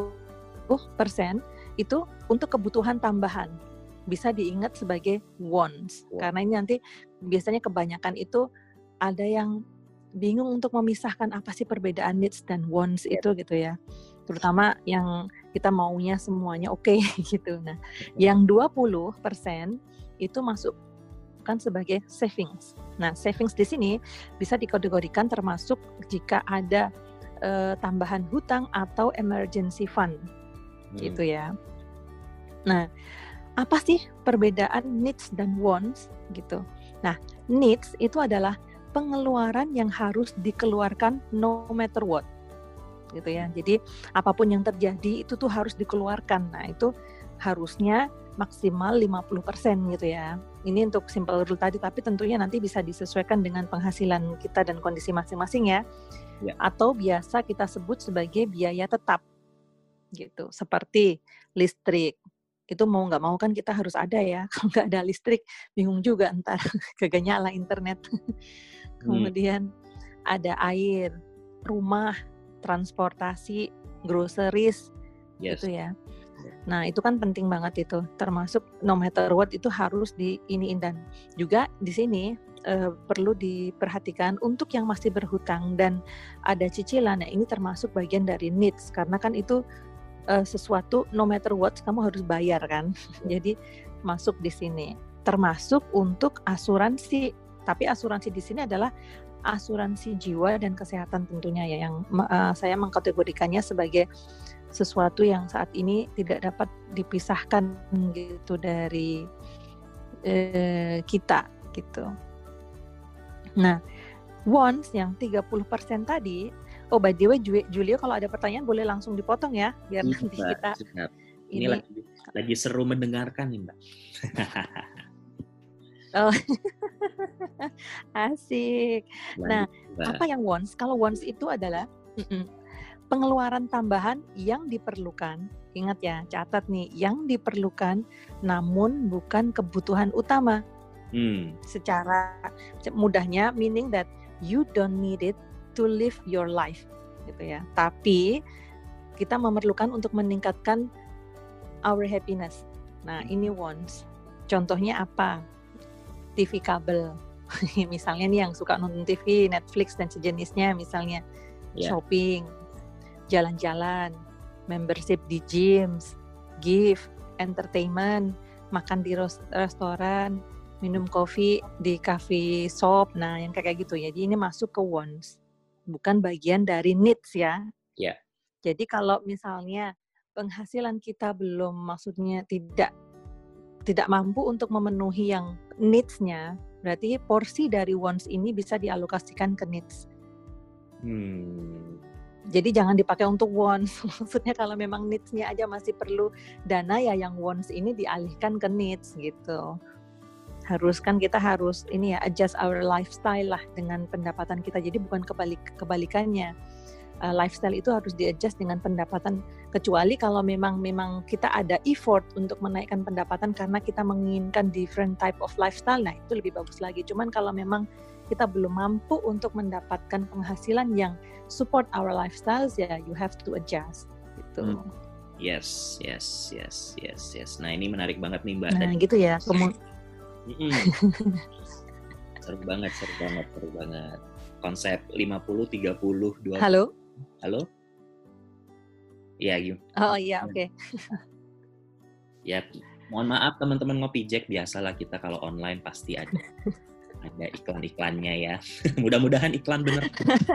itu untuk kebutuhan tambahan. Bisa diingat sebagai wants. Karena ini nanti biasanya kebanyakan itu ada yang bingung untuk memisahkan apa sih perbedaan needs dan wants itu gitu ya. Terutama yang kita maunya semuanya oke gitu. Nah, yang 20% itu masukkan sebagai savings. Nah, savings di sini bisa dikategorikan termasuk jika ada tambahan hutang atau emergency fund. Gitu ya. Nah, apa sih perbedaan needs dan wants gitu. Nah, needs itu adalah pengeluaran yang harus dikeluarkan no matter what, gitu ya. Jadi apapun yang terjadi itu tuh harus dikeluarkan. Nah, itu harusnya maksimal 50% gitu ya. Ini untuk simple rule tadi, tapi tentunya nanti bisa disesuaikan dengan penghasilan kita dan kondisi masing-masing ya. Atau biasa kita sebut sebagai biaya tetap, gitu. Seperti listrik. Itu mau nggak mau kan kita harus ada ya. Kalau nggak ada listrik, bingung juga ntar kagak nyala internet. Kemudian ada air, rumah, transportasi, groceries, gitu ya. Nah, itu kan penting banget itu. Termasuk no matter what itu harus diiniin. Dan juga di sini perlu diperhatikan untuk yang masih berhutang dan ada cicilan. Nah, ini termasuk bagian dari needs. Karena kan itu sesuatu no matter what kamu harus bayar kan. Jadi masuk di sini. Termasuk untuk asuransi. Tapi asuransi di sini adalah asuransi jiwa dan kesehatan tentunya ya, yang saya mengkategorikannya sebagai sesuatu yang saat ini tidak dapat dipisahkan gitu dari kita gitu. Nah, wants yang 30% tadi Oh, by the way, Julio, kalau ada pertanyaan boleh langsung dipotong ya, biar nanti kita ini lagi seru mendengarkan nih, Mbak. Oh, asik. Nah, apa yang wants? Kalau wants itu adalah pengeluaran tambahan yang diperlukan. Ingat ya, catat nih, yang diperlukan namun bukan kebutuhan utama. Secara mudahnya, meaning that you don't need it to live your life, gitu ya. Tapi kita memerlukan untuk meningkatkan our happiness. Nah, ini wants. Contohnya apa? TV kabel. Misalnya nih yang suka nonton TV, Netflix dan sejenisnya, misalnya shopping, jalan-jalan, membership di gyms, gift, entertainment, makan di restoran, minum kopi di coffee shop. Nah, yang kayak gitu ya. Jadi ini masuk ke wants. Bukan bagian dari needs ya. Yeah. Jadi kalau misalnya penghasilan kita belum, maksudnya tidak mampu untuk memenuhi yang needs-nya, berarti porsi dari wants ini bisa dialokasikan ke needs. Jadi jangan dipakai untuk wants. Maksudnya kalau memang needs-nya aja masih perlu dana, ya yang wants ini dialihkan ke needs gitu. Kita harus ini ya, adjust our lifestyle lah dengan pendapatan kita. Jadi bukan kebalikannya. Lifestyle itu harus di-adjust dengan pendapatan, kecuali kalau memang kita ada effort untuk menaikkan pendapatan karena kita menginginkan different type of lifestyle, nah itu lebih bagus lagi. Cuman kalau memang kita belum mampu untuk mendapatkan penghasilan yang support our lifestyles, ya you have to adjust gitu. Yes. Nah, ini menarik banget nih, Mbak. Nah, gitu ya. Seru banget. Konsep 50-30-20. Halo? Iya, Yu. Oh iya, oke. Ya, mohon maaf teman-teman Ngopi Jack, biasalah kita kalau online pasti ada iklan-iklannya ya. Mudah-mudahan iklan bener.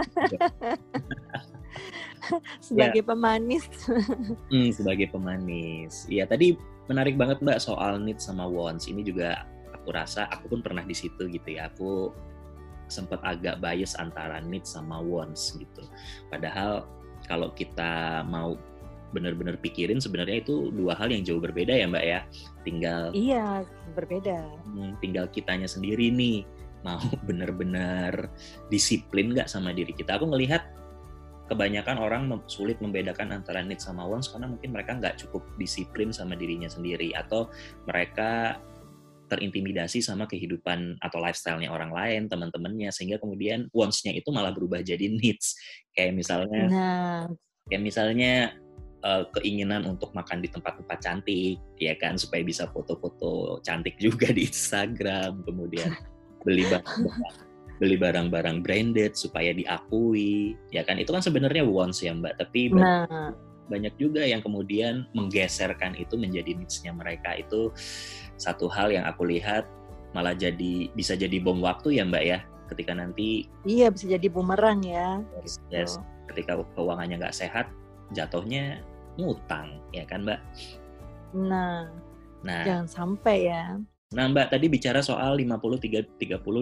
Sebagai pemanis. Sebagai pemanis. Iya, tadi menarik banget Mbak soal needs sama wants. Ini juga aku rasa aku pun pernah di situ gitu ya. Aku sempat agak bias antara needs sama wants gitu. Padahal kalau kita mau benar-benar pikirin, sebenarnya itu dua hal yang jauh berbeda ya Mbak ya. Iya, berbeda. Tinggal kitanya sendiri nih mau benar-benar disiplin nggak sama diri kita. Aku ngelihat kebanyakan orang sulit membedakan antara needs sama wants karena mungkin mereka nggak cukup disiplin sama dirinya sendiri, atau mereka terintimidasi sama kehidupan atau lifestyle-nya orang lain, teman-temannya, sehingga kemudian wants-nya itu malah berubah jadi needs. Kayak misalnya keinginan untuk makan di tempat-tempat cantik, ya kan, supaya bisa foto-foto cantik juga di Instagram, kemudian beli barang-barang branded supaya diakui, ya kan, itu kan sebenarnya wants ya Mbak, tapi banyak juga yang kemudian menggeserkan itu menjadi needs-nya mereka. Itu satu hal yang aku lihat malah bisa jadi bom waktu ya Mbak ya, ketika nanti bisa jadi bumerang ya. Yes. Ketika keuangannya nggak sehat, jatuhnya ngutang, ya kan Mbak? Nah, jangan sampai ya. Nah Mbak, tadi bicara soal 50-30-20.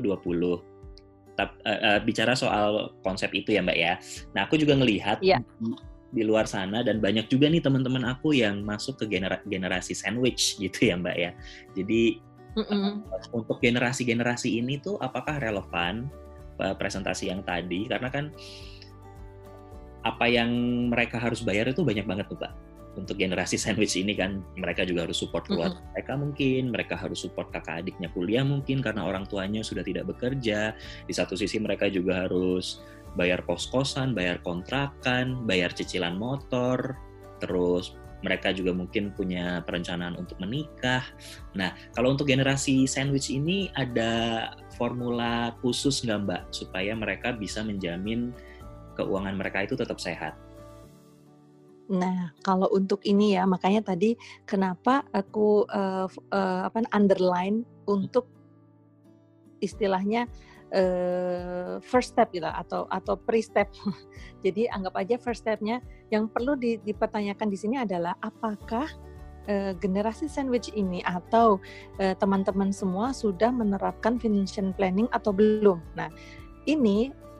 Bicara soal konsep itu ya Mbak ya. Nah, aku juga ngelihat di luar sana, dan banyak juga nih teman-teman aku yang masuk ke generasi sandwich gitu ya Mbak ya. Jadi untuk generasi-generasi ini tuh apakah relevan presentasi yang tadi, karena kan apa yang mereka harus bayar itu banyak banget tuh Mbak. Untuk generasi sandwich ini kan mereka juga harus support keluarga mereka, mungkin mereka harus support kakak adiknya kuliah mungkin karena orang tuanya sudah tidak bekerja. Di satu sisi mereka juga harus bayar kos-kosan, bayar kontrakan, bayar cicilan motor, terus mereka juga mungkin punya perencanaan untuk menikah. Nah, kalau untuk generasi sandwich ini ada formula khusus nggak Mbak supaya mereka bisa menjamin keuangan mereka itu tetap sehat? Nah, kalau untuk ini ya, makanya tadi kenapa aku underline untuk istilahnya first step gitu, atau pre-step. Jadi anggap aja first step-nya yang perlu dipertanyakan di sini adalah apakah generasi sandwich ini atau teman-teman semua sudah menerapkan financial planning atau belum. Nah, ini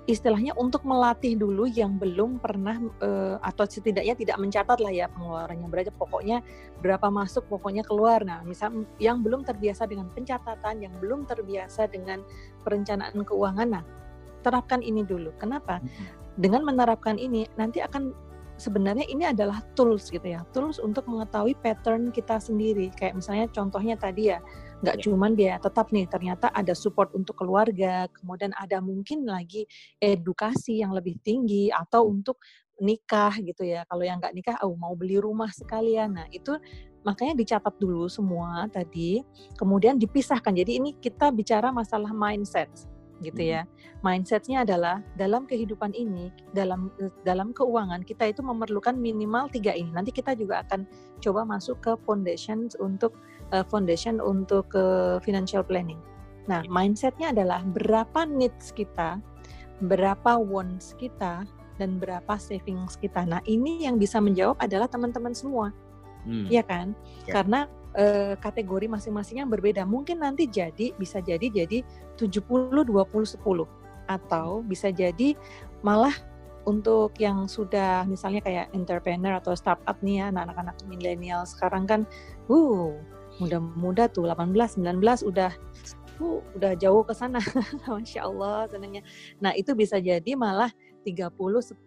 istilahnya untuk melatih dulu yang belum pernah atau setidaknya tidak mencatat lah ya pengeluarannya, berarti pokoknya berapa masuk pokoknya keluar. Nah misal yang belum terbiasa dengan pencatatan, yang belum terbiasa dengan perencanaan keuangan, nah terapkan ini dulu. Kenapa? Dengan menerapkan ini nanti akan, sebenarnya ini adalah tools gitu ya, tools untuk mengetahui pattern kita sendiri. Kayak misalnya contohnya tadi ya, nggak cuman biaya tetap nih, ternyata ada support untuk keluarga, kemudian ada mungkin lagi edukasi yang lebih tinggi, atau untuk nikah gitu ya. Kalau yang nggak nikah, mau beli rumah sekalian. Nah itu makanya dicatat dulu semua tadi, kemudian dipisahkan. Jadi ini kita bicara masalah mindset gitu ya. Mindsetnya adalah dalam kehidupan ini, dalam keuangan kita itu memerlukan minimal 3 ini. Nanti kita juga akan coba masuk ke foundation untuk financial planning. Nah, mindsetnya adalah berapa needs kita, berapa wants kita, dan berapa savings kita. Nah, ini yang bisa menjawab adalah teman-teman semua, ya kan? Ya. Karena kategori masing-masingnya berbeda. Mungkin nanti bisa jadi 70-20-10, atau bisa jadi malah untuk yang sudah misalnya kayak entrepreneur atau startup nih ya, anak-anak milenial sekarang kan muda-muda tuh 18-19 udah jauh ke sana. Masya Allah senangnya. Nah itu bisa jadi malah 30-10-60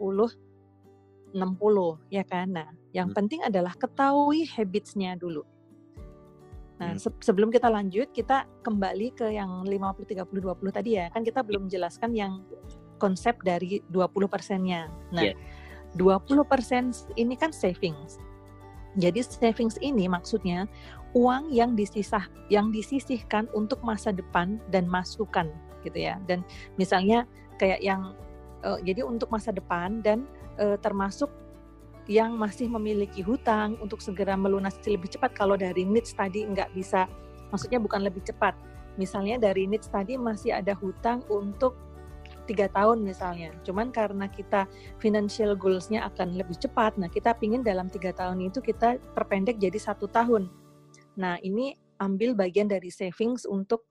ya kan. Nah yang penting adalah ketahui habits-nya dulu. Nah, sebelum kita lanjut, kita kembali ke yang 50-30-20 tadi ya. Kan kita belum jelaskan yang konsep dari 20%-nya. Nah, 20% ini kan savings. Jadi savings ini maksudnya uang yang disisihkan untuk masa depan dan masukan gitu ya. Dan misalnya kayak yang jadi untuk masa depan dan termasuk yang masih memiliki hutang untuk segera melunasi lebih cepat. Kalau dari needs tadi nggak bisa, maksudnya bukan lebih cepat. Misalnya dari needs tadi masih ada hutang untuk 3 tahun misalnya. Cuman karena kita financial goals-nya akan lebih cepat, nah kita pingin dalam 3 tahun itu kita perpendek jadi 1 tahun. Nah ini ambil bagian dari savings untuk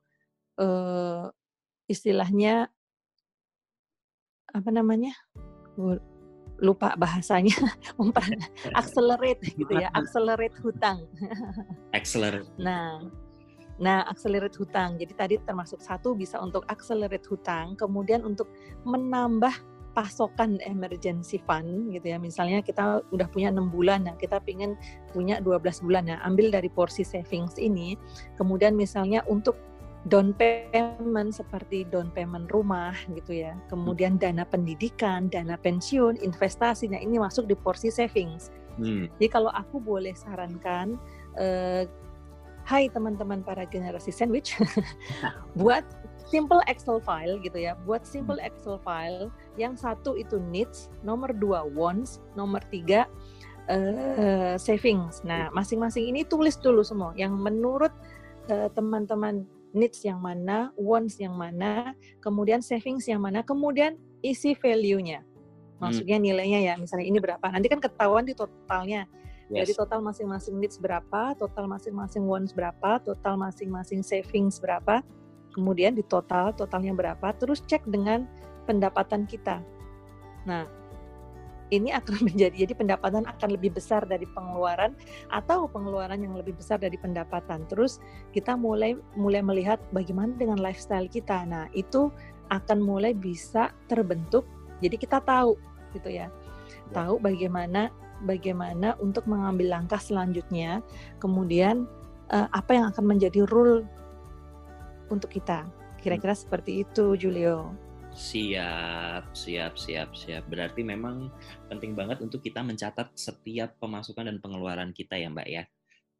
istilahnya apa namanya? Lupa bahasanya, accelerate gitu ya, accelerate hutang. Accelerate. Nah, accelerate hutang. Jadi tadi termasuk 1 bisa untuk accelerate hutang, kemudian untuk menambah pasokan emergency fund gitu ya. Misalnya kita udah punya 6 bulan, nah kita pingin punya 12 bulan. Nah, ambil dari porsi savings ini, kemudian misalnya untuk down payment seperti down payment rumah gitu ya, kemudian dana pendidikan, dana pensiun, investasi, nah ini masuk di porsi savings. Jadi kalau aku boleh sarankan, hai teman-teman para generasi sandwich, buat simple Excel file gitu ya, buat simple Excel file, yang 1 itu needs, nomor 2 wants, nomor 3 savings. Nah masing-masing ini tulis dulu semua, yang menurut teman-teman needs yang mana, wants yang mana, kemudian savings yang mana, kemudian isi value-nya. Maksudnya nilainya ya, misalnya ini berapa. Nanti kan ketahuan di totalnya. Jadi total masing-masing needs berapa, total masing-masing wants berapa, total masing-masing savings berapa, kemudian di totalnya berapa, terus cek dengan pendapatan kita. Nah, ini akan jadi pendapatan akan lebih besar dari pengeluaran, atau pengeluaran yang lebih besar dari pendapatan. Terus kita mulai melihat bagaimana dengan lifestyle kita. Nah, itu akan mulai bisa terbentuk. Jadi kita tahu gitu ya. Tahu bagaimana untuk mengambil langkah selanjutnya. Kemudian apa yang akan menjadi rule untuk kita. Kira-kira seperti itu, Julio. Siap. Berarti memang penting banget untuk kita mencatat setiap pemasukan dan pengeluaran kita ya, Mbak ya?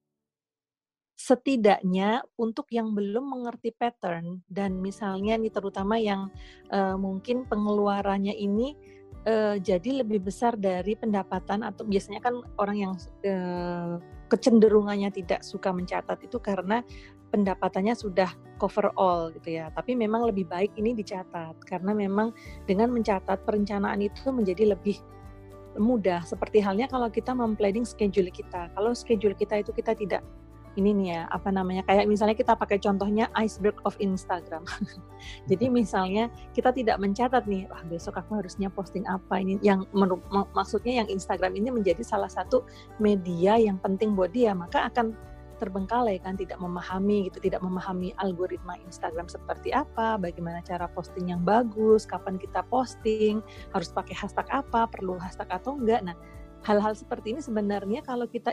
Setidaknya untuk yang belum mengerti pattern, dan misalnya nih terutama yang mungkin pengeluarannya ini jadi lebih besar dari pendapatan, atau biasanya kan orang yang kecenderungannya tidak suka mencatat itu karena pendapatannya sudah cover all gitu ya. Tapi memang lebih baik ini dicatat, karena memang dengan mencatat perencanaan itu menjadi lebih mudah. Seperti halnya kalau kita memplanning schedule kita. Kalau schedule kita itu kita tidak ini nih ya, apa namanya, kayak misalnya kita pakai contohnya iceberg of Instagram. Jadi misalnya kita tidak mencatat nih, besok aku harusnya posting apa ini, yang maksudnya yang Instagram ini menjadi salah satu media yang penting buat dia, maka akan terbengkalai kan, tidak memahami algoritma Instagram seperti apa, bagaimana cara posting yang bagus, kapan kita posting, harus pakai hashtag apa, perlu hashtag atau enggak. Nah, hal-hal seperti ini sebenarnya kalau kita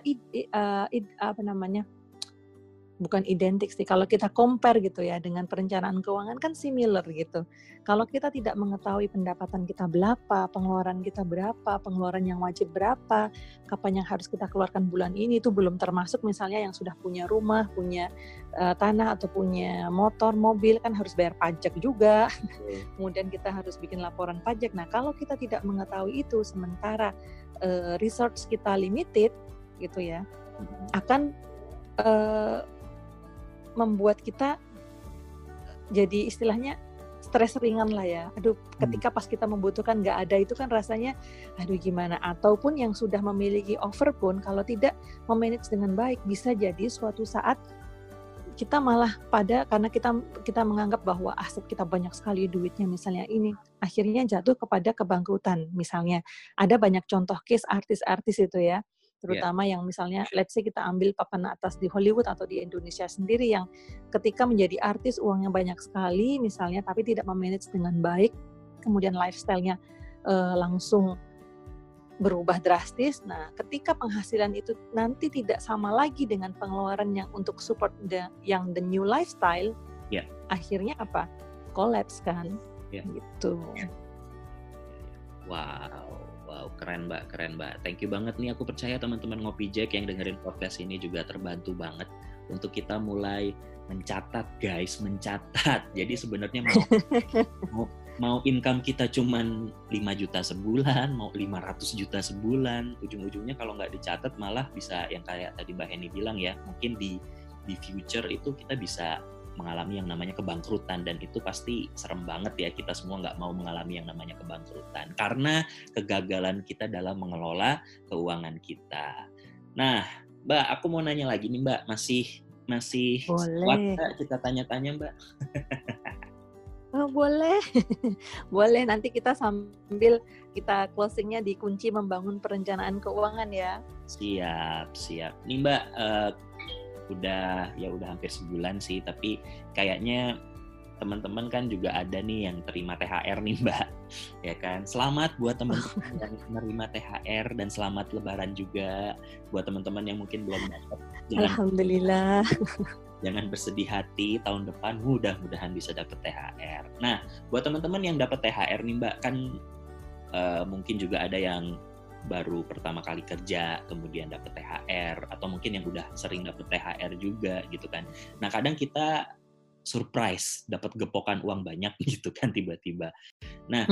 bukan identik sih, kalau kita compare gitu ya dengan perencanaan keuangan kan similar gitu. Kalau kita tidak mengetahui pendapatan kita berapa, pengeluaran kita berapa, pengeluaran yang wajib berapa, kapan yang harus kita keluarkan bulan ini, itu belum termasuk misalnya yang sudah punya rumah, punya tanah atau punya motor, mobil, kan harus bayar pajak juga. Kemudian kita harus bikin laporan pajak. Nah, kalau kita tidak mengetahui itu, sementara research kita limited gitu ya, akan membuat kita jadi istilahnya stres ringan lah ya. Aduh, ketika pas kita membutuhkan nggak ada, itu kan rasanya aduh gimana. Ataupun yang sudah memiliki offer pun kalau tidak memanage dengan baik, bisa jadi suatu saat kita malah karena kita menganggap bahwa aset kita banyak sekali duitnya misalnya ini, akhirnya jatuh kepada kebangkrutan. Misalnya ada banyak contoh case artis-artis itu ya, terutama yang misalnya let's say kita ambil papan atas di Hollywood atau di Indonesia sendiri, yang ketika menjadi artis uangnya banyak sekali misalnya, tapi tidak memanage dengan baik, kemudian lifestyle-nya langsung berubah drastis. Nah, ketika penghasilan itu nanti tidak sama lagi dengan pengeluaran yang untuk support the new lifestyle, akhirnya apa? Collapse kan, gitu. Wow, keren Mbak. Thank you banget nih. Aku percaya teman-teman Ngopi Jack yang dengerin podcast ini juga terbantu banget untuk kita mulai mencatat, guys, mencatat. Jadi sebenarnya mau income kita cuman 5 juta sebulan, mau 500 juta sebulan, ujung-ujungnya kalau nggak dicatat malah bisa yang kayak tadi Mbak Henny bilang ya, mungkin di future itu kita bisa mengalami yang namanya kebangkrutan, dan itu pasti serem banget ya. Kita semua nggak mau mengalami yang namanya kebangkrutan karena kegagalan kita dalam mengelola keuangan kita. Nah, Mbak, aku mau nanya lagi nih Mbak, masih kuat nggak kita tanya-tanya Mbak? Oh, boleh. Nanti kita sambil kita closingnya dikunci membangun perencanaan keuangan ya. Siap. Nih Mbak, udah hampir sebulan sih, tapi kayaknya teman-teman kan juga ada nih yang terima THR nih Mbak, ya kan? Selamat buat teman-teman yang menerima THR dan selamat Lebaran juga buat teman-teman yang mungkin belum dapat. Alhamdulillah. Jangan bersedih hati, tahun depan mudah-mudahan bisa dapat THR. Nah, buat teman-teman yang dapat THR nih Mbak, kan mungkin juga ada yang baru pertama kali kerja kemudian dapat THR, atau mungkin yang udah sering dapat THR juga gitu kan. Nah, kadang kita surprise dapat gepokan uang banyak gitu kan tiba-tiba. Nah,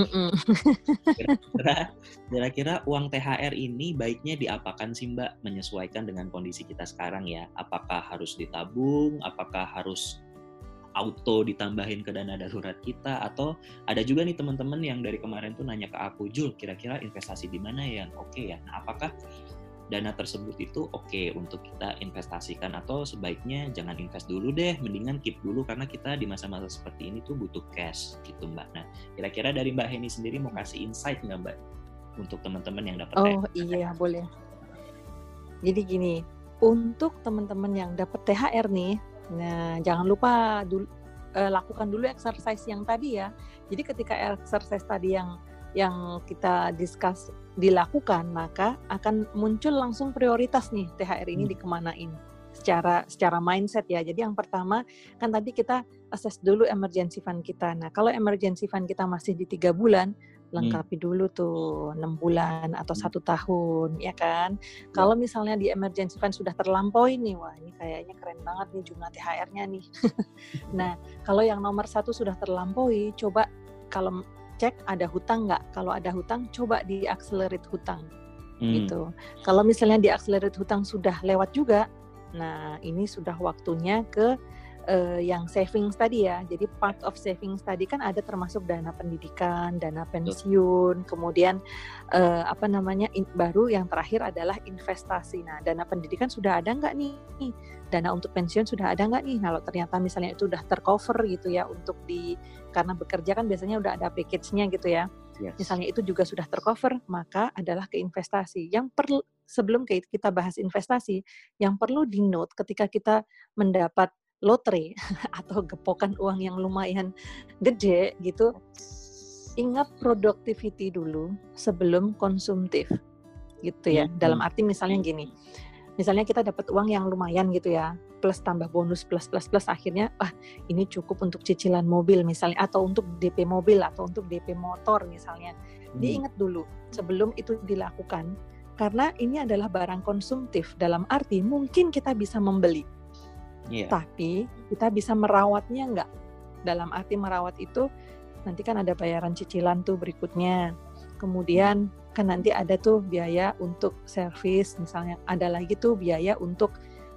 kira-kira uang THR ini baiknya diapakan sih Mbak, menyesuaikan dengan kondisi kita sekarang ya? Apakah harus ditabung? Apakah harus auto ditambahin ke dana darurat kita? Atau ada juga nih teman-teman yang dari kemarin tuh nanya ke aku, Jul, kira-kira investasi di mana yang oke ya? Nah, apakah dana tersebut itu oke untuk kita investasikan, atau sebaiknya jangan invest dulu deh, mendingan keep dulu karena kita di masa-masa seperti ini tuh butuh cash gitu Mbak. Nah, kira-kira dari Mbak Henny sendiri mau kasih insight nggak Mbak untuk teman-teman yang dapat THR? Oh iya, boleh. Jadi gini, untuk teman-teman yang dapat THR nih, nah, jangan lupa lakukan dulu exercise yang tadi ya. Jadi ketika exercise tadi yang kita discuss dilakukan, maka akan muncul langsung prioritas nih THR ini dikemanain secara mindset ya. Jadi yang pertama kan tadi kita assess dulu emergency fund kita. Nah, kalau emergency fund kita masih di 3 bulan, lengkapi dulu tuh 6 bulan atau 1 tahun, ya kan? Kalau misalnya di emergency fund sudah terlampaui nih, wah ini kayaknya keren banget nih jumlah THR-nya nih. Nah, kalau yang nomor 1 sudah terlampaui, coba kalau cek ada hutang nggak? Kalau ada hutang, coba di-accelerate hutang, gitu. Kalau misalnya di-accelerate hutang sudah lewat juga, nah ini sudah waktunya ke yang savings tadi ya. Jadi part of savings tadi kan ada termasuk dana pendidikan, dana pensiun, kemudian baru yang terakhir adalah investasi. Nah, dana pendidikan sudah ada nggak nih? Dana untuk pensiun sudah ada nggak nih? Kalau ternyata misalnya itu udah tercover gitu ya karena bekerja kan biasanya udah ada package-nya gitu ya. Yes. Misalnya itu juga sudah tercover, maka adalah ke investasi. Sebelum kita bahas investasi, yang perlu di-note ketika kita mendapat lotre atau gepokan uang yang lumayan gede gitu, ingat productivity dulu sebelum konsumtif gitu ya. Dalam arti misalnya gini, misalnya kita dapat uang yang lumayan gitu ya, plus tambah bonus plus akhirnya ini cukup untuk cicilan mobil misalnya, atau untuk DP mobil atau untuk DP motor misalnya. Diingat dulu sebelum itu dilakukan, karena ini adalah barang konsumtif, dalam arti mungkin kita bisa membeli, tapi kita bisa merawatnya enggak. Dalam arti merawat itu nanti kan ada bayaran cicilan tuh berikutnya, kemudian kan nanti ada tuh biaya untuk servis misalnya, ada lagi tuh biaya untuk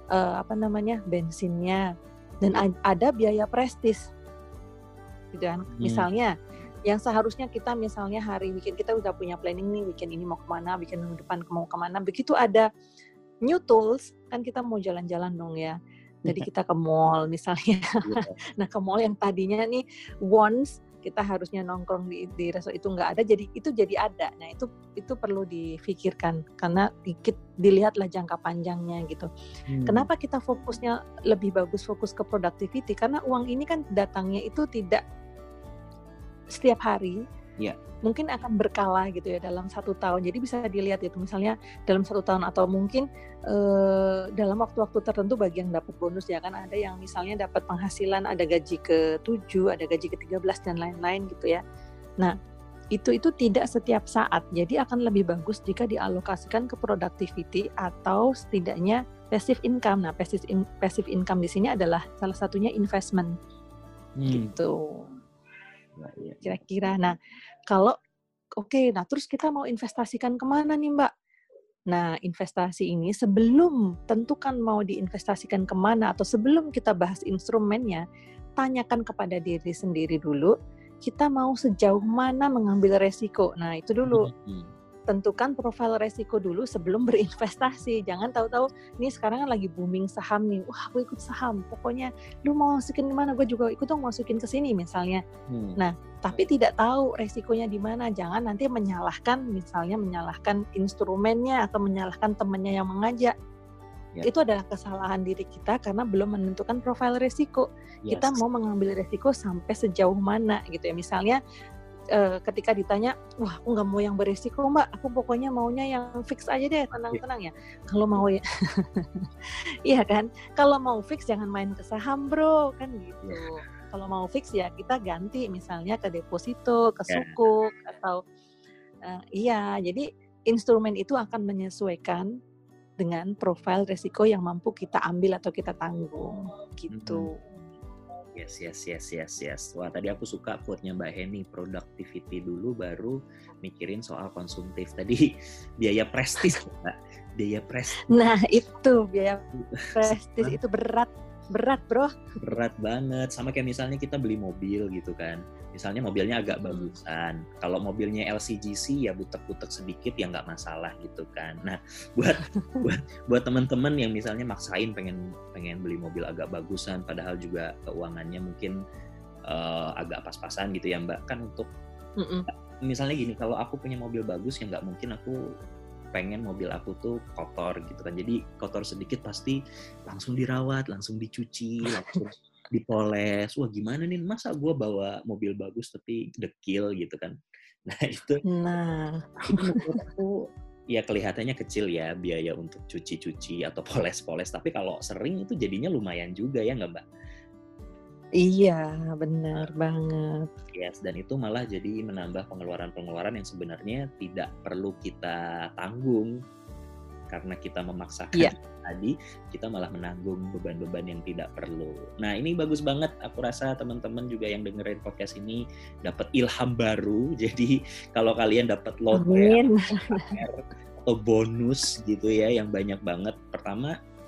bensinnya, dan ada biaya prestis gitu kan. Misalnya yang seharusnya kita misalnya hari weekend kita udah punya planning nih, weekend ini mau kemana, weekend depan mau kemana, begitu ada new tools kan kita mau jalan-jalan dong ya. Jadi kita ke mall misalnya. Nah, ke mall yang tadinya nih once kita harusnya nongkrong di resto itu nggak ada, jadi itu jadi ada. Nah, itu perlu difikirkan karena dilihatlah jangka panjangnya gitu. Kenapa kita fokusnya lebih bagus fokus ke productivity? Karena uang ini kan datangnya itu tidak setiap hari. Mungkin akan berkala gitu ya dalam 1 tahun. Jadi bisa dilihat itu misalnya dalam 1 tahun atau mungkin dalam waktu-waktu tertentu bagi yang dapat bonus ya kan, ada yang misalnya dapat penghasilan, ada gaji ke-7, ada gaji ke-13 dan lain-lain gitu ya. Nah, itu tidak setiap saat. Jadi akan lebih bagus jika dialokasikan ke productivity atau setidaknya passive income. Nah, passive income di sini adalah salah satunya investment. Gitu. Kira-kira. Nah, kalau nah terus kita mau investasikan kemana nih Mbak? Nah, investasi ini sebelum tentukan mau diinvestasikan kemana atau sebelum kita bahas instrumennya, tanyakan kepada diri sendiri dulu, kita mau sejauh mana mengambil resiko. Nah, itu dulu. Tentukan profil resiko dulu sebelum berinvestasi. Jangan tahu-tahu, nih sekarang kan lagi booming saham nih. Wah, aku ikut saham. Pokoknya lu mau masukin di mana, gue juga ikut dong masukin ke sini misalnya. Nah, tapi tidak tahu resikonya di mana. Jangan nanti menyalahkan instrumennya atau menyalahkan temannya yang mengajak. Itu adalah kesalahan diri kita karena belum menentukan profil resiko. Kita mau mengambil resiko sampai sejauh mana gitu ya. Misalnya ketika ditanya, wah aku nggak mau yang beresiko Mbak, aku pokoknya maunya yang fix aja deh, tenang-tenang ya. Kalau mau ya, iya kan, kalau mau fix jangan main ke saham bro, kan gitu. Kalau mau fix ya kita ganti misalnya ke deposito, ke sukuk atau jadi instrumen itu akan menyesuaikan dengan profil resiko yang mampu kita ambil atau kita tanggung gitu. Yes. Wah, tadi aku suka quote-nya Mbak Heni, productivity dulu baru mikirin soal konsumtif. Tadi biaya prestis, Mbak. Biaya prestis. Nah, itu biaya prestis itu berat, bro. Berat banget. Sama kayak misalnya kita beli mobil gitu kan. Misalnya mobilnya agak bagusan. Kalau mobilnya LCGC ya butek-butek sedikit ya nggak masalah gitu kan. Nah, buat teman-teman yang misalnya maksain pengen beli mobil agak bagusan, padahal juga keuangannya mungkin agak pas-pasan gitu ya Mbak. Kan untuk misalnya gini, kalau aku punya mobil bagus ya nggak mungkin aku pengen mobil aku tuh kotor gitu kan. Jadi kotor sedikit pasti langsung dirawat, langsung dicuci, langsung dipoles. Wah gimana nih, masa gue bawa mobil bagus tapi dekil gitu kan. Nah itu menurut aku ya kelihatannya kecil ya biaya untuk cuci-cuci atau poles-poles. Tapi kalau sering itu jadinya lumayan juga ya nggak Mbak? Iya, benar banget. Yes, dan itu malah jadi menambah pengeluaran-pengeluaran yang sebenarnya tidak perlu kita tanggung. Karena kita memaksakan tadi, kita malah menanggung beban-beban yang tidak perlu. Nah, ini bagus banget. Aku rasa teman-teman juga yang dengerin podcast ini dapat ilham baru. Jadi, kalau kalian dapat lotre atau bonus gitu ya, yang banyak banget. Pertama,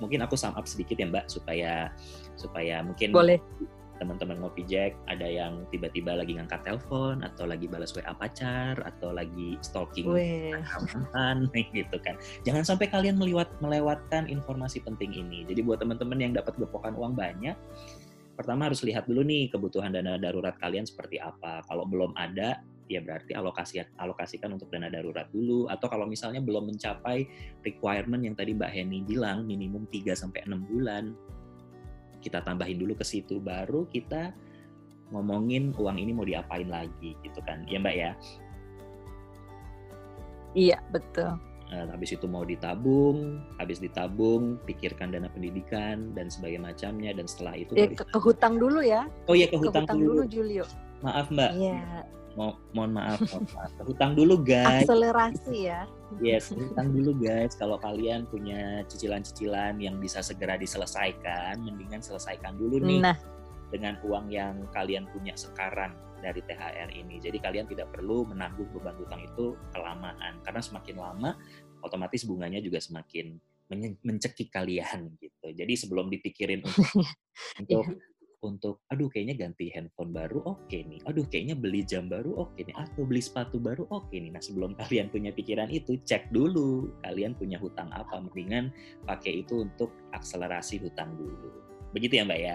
mungkin aku sum up sedikit ya Mbak, supaya mungkin Boleh. teman-teman Ngopi Jack ada yang tiba-tiba lagi ngangkat telepon atau lagi balas WA pacar atau lagi stalking mantan gitu kan. Jangan sampai kalian melewatkan informasi penting ini. Jadi buat teman-teman yang dapat gepokan uang banyak, pertama harus lihat dulu nih kebutuhan dana darurat kalian seperti apa. Kalau belum ada, ya berarti alokasikan untuk dana darurat dulu. Atau kalau misalnya belum mencapai requirement yang tadi Mbak Henny bilang, minimum 3-6 bulan, kita tambahin dulu ke situ, baru kita ngomongin uang ini mau diapain lagi gitu kan. Ya Mbak ya? Iya, betul. Habis itu mau ditabung, habis ditabung pikirkan dana pendidikan dan sebagainya macamnya, dan setelah itu ke hutang dulu ya. Oh iya, ke hutang dulu Julio. Maaf Mbak. Iya. Mohon maaf. Ke hutang dulu guys. Akselerasi ya. Yes, hutang dulu guys. Kalau kalian punya cicilan-cicilan yang bisa segera diselesaikan, mendingan selesaikan dulu nih dengan uang yang kalian punya sekarang dari THR ini. Jadi kalian tidak perlu menanggung beban hutang itu kelamaan, karena semakin lama otomatis bunganya juga semakin mencekik kalian gitu. Jadi sebelum dipikirin untuk aduh kayaknya ganti handphone baru oke nih, aduh kayaknya beli jam baru oke nih, atau beli sepatu baru oke nih. Nah sebelum kalian punya pikiran itu, cek dulu kalian punya hutang apa, mendingan pakai itu untuk akselerasi hutang dulu. Begitu ya Mbak ya?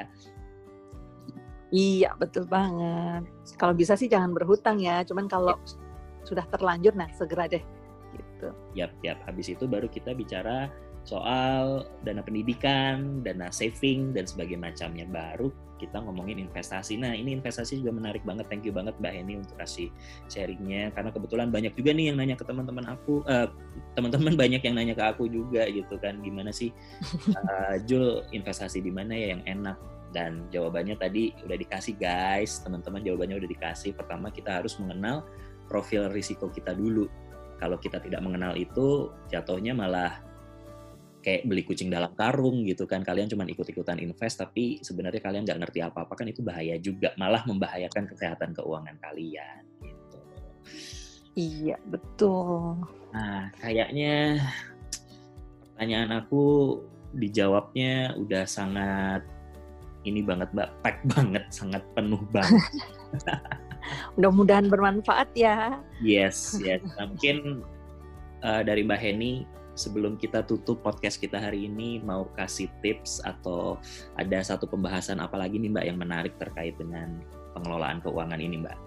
Iya betul banget. Kalau bisa sih jangan berhutang ya, cuman kalau sudah terlanjur segera deh gitu. Yap. Habis itu baru kita bicara soal dana pendidikan, dana saving, dan sebagainya macamnya. Baru kita ngomongin investasi. Nah ini investasi juga menarik banget. Thank you banget Mbak Henny untuk kasih sharingnya. Karena kebetulan banyak juga nih yang nanya ke teman-teman aku. Teman-teman banyak yang nanya ke aku juga gitu kan. Gimana sih Jul, investasi di mana ya yang enak? Dan jawabannya tadi udah dikasih guys. Teman-teman jawabannya udah dikasih. Pertama kita harus mengenal profil risiko kita dulu. Kalau kita tidak mengenal itu, jatuhnya malah kayak beli kucing dalam karung gitu kan. Kalian cuma ikut-ikutan invest, tapi sebenarnya kalian nggak ngerti apa-apa, kan itu bahaya juga. Malah membahayakan kesehatan keuangan kalian gitu. Iya, betul. Nah, kayaknya pertanyaan aku dijawabnya udah sangat ini banget Mbak, pack banget, sangat penuh banget. Mudah-mudahan bermanfaat ya. Yes. Nah, mungkin dari Mbak Henny, sebelum kita tutup podcast kita hari ini, mau kasih tips atau ada satu pembahasan apa lagi nih Mbak yang menarik terkait dengan pengelolaan keuangan ini Mbak?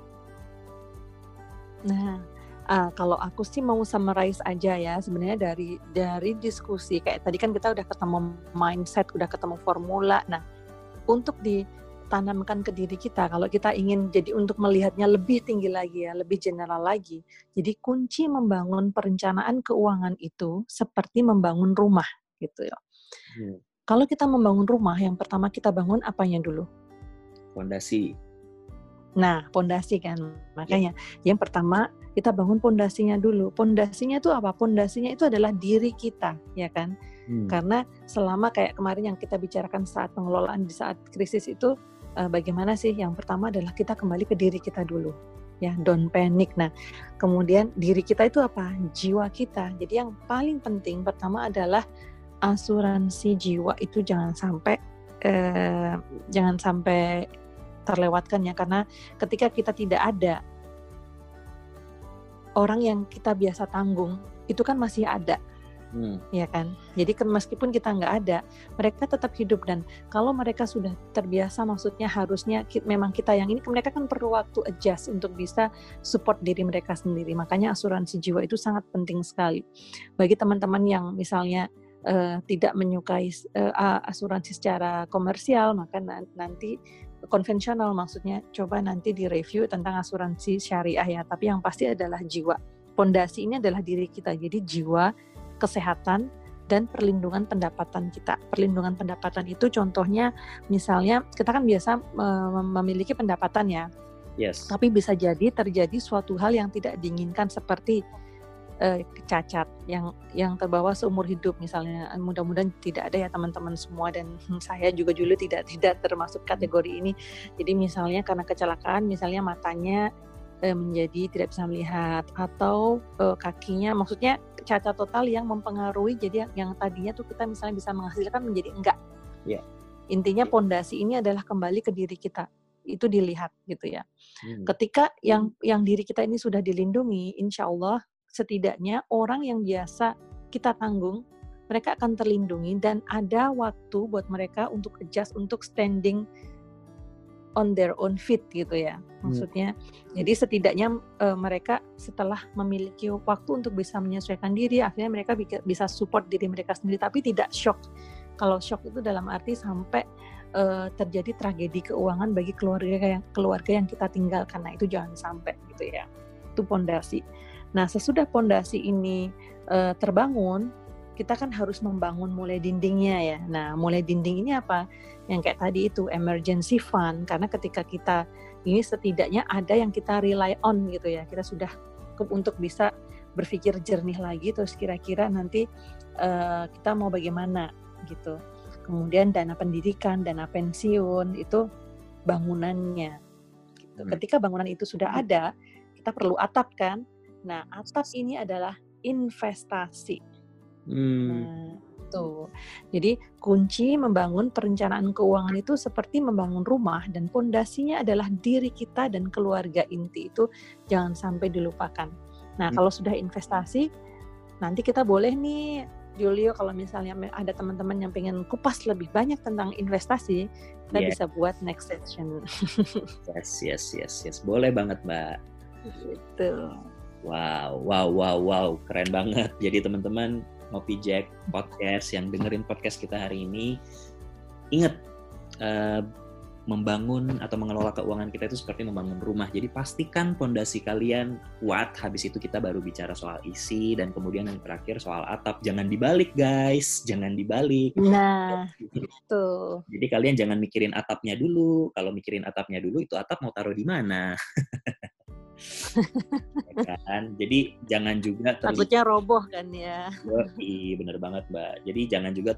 Nah, kalau aku sih mau summarize aja ya, sebenarnya dari diskusi kayak tadi kan kita udah ketemu mindset, udah ketemu formula. Nah, untuk ditanamkan ke diri kita, kalau kita ingin jadi untuk melihatnya lebih tinggi lagi ya, lebih general lagi. Jadi kunci membangun perencanaan keuangan itu seperti membangun rumah gitu ya. Kalau kita membangun rumah, yang pertama kita bangun apanya dulu? Fondasi. Nah, pondasi kan. Makanya yang pertama kita bangun pondasinya dulu. Pondasinya itu apa? Pondasinya itu adalah diri kita, ya kan? Karena selama kayak kemarin yang kita bicarakan saat pengelolaan di saat krisis itu, bagaimana sih? Yang pertama adalah kita kembali ke diri kita dulu, ya, don't panic. Nah, kemudian diri kita itu apa? Jiwa kita. Jadi yang paling penting pertama adalah asuransi jiwa itu jangan sampai terlewatkan ya, karena ketika kita tidak ada, orang yang kita biasa tanggung itu kan masih ada. Ya kan, jadi meskipun kita nggak ada, mereka tetap hidup, dan kalau mereka sudah terbiasa, maksudnya harusnya memang kita yang ini, mereka kan perlu waktu adjust untuk bisa support diri mereka sendiri. Makanya asuransi jiwa itu sangat penting sekali bagi teman-teman yang misalnya tidak menyukai asuransi secara komersial, maka nanti konvensional, maksudnya coba nanti direview tentang asuransi syariah ya. Tapi yang pasti adalah jiwa. Pondasi ini adalah diri kita, jadi jiwa, kesehatan, dan perlindungan pendapatan kita. Perlindungan pendapatan itu contohnya misalnya kita kan biasa memiliki pendapatan ya. Yes. Tapi bisa jadi terjadi suatu hal yang tidak diinginkan seperti cacat yang terbawa seumur hidup misalnya. Mudah-mudahan tidak ada ya teman-teman semua, dan saya juga dulu tidak termasuk kategori ini. Jadi misalnya karena kecelakaan, misalnya matanya menjadi tidak bisa melihat, atau kakinya, maksudnya cacat total yang mempengaruhi, jadi yang tadinya tuh kita misalnya bisa menghasilkan menjadi enggak. Yeah. Intinya pondasi ini adalah kembali ke diri kita, itu dilihat gitu ya. Ketika yang diri kita ini sudah dilindungi, insya Allah setidaknya orang yang biasa kita tanggung, mereka akan terlindungi dan ada waktu buat mereka untuk adjust, untuk standing on their own feet gitu ya. Maksudnya, jadi setidaknya mereka setelah memiliki waktu untuk bisa menyesuaikan diri, akhirnya mereka bisa support diri mereka sendiri, tapi tidak shock. Kalau shock itu dalam arti sampai terjadi tragedi keuangan bagi keluarga yang kita tinggalkan. Nah, itu jangan sampai gitu ya. Itu pondasi. Nah, sesudah pondasi ini terbangun, kita kan harus membangun mulai dindingnya ya. Nah, mulai dinding ini apa? Yang kayak tadi itu emergency fund, karena ketika kita ini setidaknya ada yang kita rely on gitu ya. Kita sudah untuk bisa berpikir jernih lagi, terus kira-kira nanti kita mau bagaimana gitu. Kemudian dana pendidikan, dana pensiun, itu bangunannya. Gitu. Ketika bangunan itu sudah ada, kita perlu atap kan? Nah, atap ini adalah investasi. Nah, tuh. Jadi kunci membangun perencanaan keuangan itu seperti membangun rumah, dan pondasinya adalah diri kita dan keluarga inti, itu jangan sampai dilupakan. Nah, kalau sudah investasi, nanti kita boleh nih, Julio, kalau misalnya ada teman-teman yang pengen kupas lebih banyak tentang investasi, kita bisa buat next session. Yes. Boleh banget, Mbak. Gitu. Wow, keren banget. Jadi teman-teman Ngopi Jack Podcast yang dengerin podcast kita hari ini, ingat membangun atau mengelola keuangan kita itu seperti membangun rumah. Jadi pastikan pondasi kalian kuat, habis itu kita baru bicara soal isi, dan kemudian yang terakhir soal atap. Jangan dibalik guys, jangan dibalik. Nah, itu. Jadi kalian jangan mikirin atapnya dulu. Kalau mikirin atapnya dulu, itu atap mau taruh di mana? Ya kan? Jadi jangan juga takutnya roboh kan ya. Iya, bener banget Mbak. Jadi jangan juga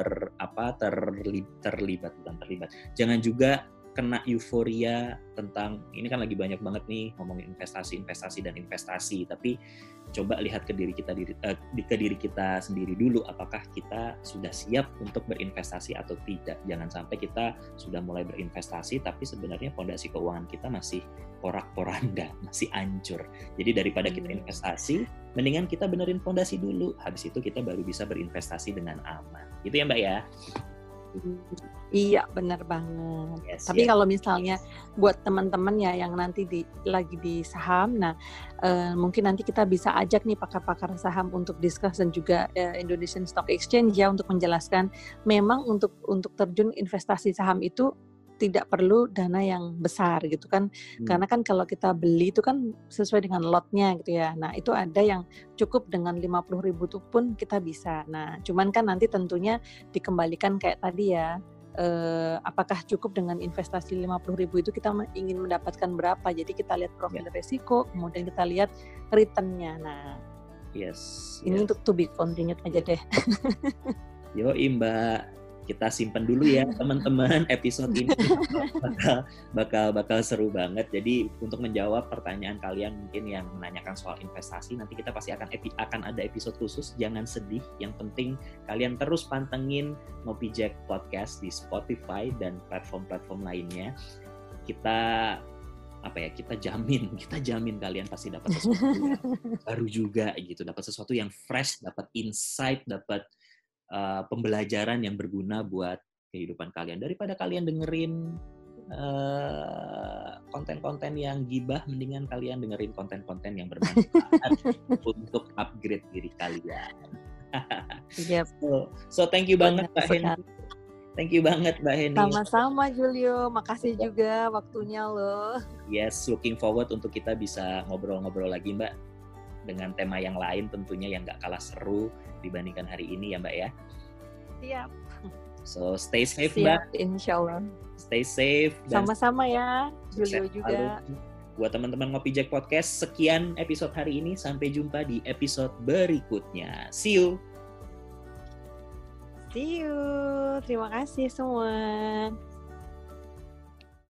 terlibat. Jangan juga kena euforia tentang, ini kan lagi banyak banget nih ngomongin investasi, tapi coba lihat ke diri kita sendiri dulu, apakah kita sudah siap untuk berinvestasi atau tidak. Jangan sampai kita sudah mulai berinvestasi tapi sebenarnya fondasi keuangan kita masih porak-poranda, masih hancur. Jadi daripada kita investasi, mendingan kita benerin fondasi dulu, habis itu kita baru bisa berinvestasi dengan aman. Gitu ya Mbak ya? Iya, benar banget. Tapi kalau misalnya buat teman-teman ya yang nanti lagi di saham, nah mungkin nanti kita bisa ajak nih pakar-pakar saham untuk discuss, dan juga Indonesian Stock Exchange ya, untuk menjelaskan memang untuk terjun investasi saham itu tidak perlu dana yang besar gitu kan, karena kan kalau kita beli itu kan sesuai dengan lotnya gitu ya. Nah itu ada yang cukup dengan 50.000 itu pun kita bisa. Nah cuman kan nanti tentunya dikembalikan kayak tadi ya, apakah cukup dengan investasi 50.000 itu kita ingin mendapatkan berapa. Jadi kita lihat profil resiko, kemudian kita lihat return-nya. Nah ini untuk to be continued aja deh. Yoi Mbak, kita simpen dulu ya teman-teman, episode ini bakal seru banget. Jadi untuk menjawab pertanyaan kalian mungkin yang menanyakan soal investasi, nanti kita pasti akan ada episode khusus. Jangan sedih, yang penting kalian terus pantengin Ngopi Jack Podcast di Spotify dan platform-platform lainnya. Kita jamin kalian pasti dapat sesuatu yang baru juga gitu, dapat sesuatu yang fresh, dapat insight, dapat pembelajaran yang berguna buat kehidupan kalian. Daripada kalian dengerin konten-konten yang gibah, mendingan kalian dengerin konten-konten yang bermanfaat untuk upgrade diri kalian. So thank you banget Mbak Heni. Thank you banget Mbak Heni. Sama-sama Julio, makasih juga waktunya loh. Yes, looking forward untuk kita bisa ngobrol-ngobrol lagi Mbak, dengan tema yang lain tentunya yang gak kalah seru dibandingkan hari ini ya Mbak ya. Siap. So stay safe Siap, Mbak. Insyaallah. Stay safe. Sama-sama ya, Julio juga. Buat teman-teman Ngopi Jack Podcast, sekian episode hari ini. Sampai jumpa di episode berikutnya. See you. Terima kasih semua.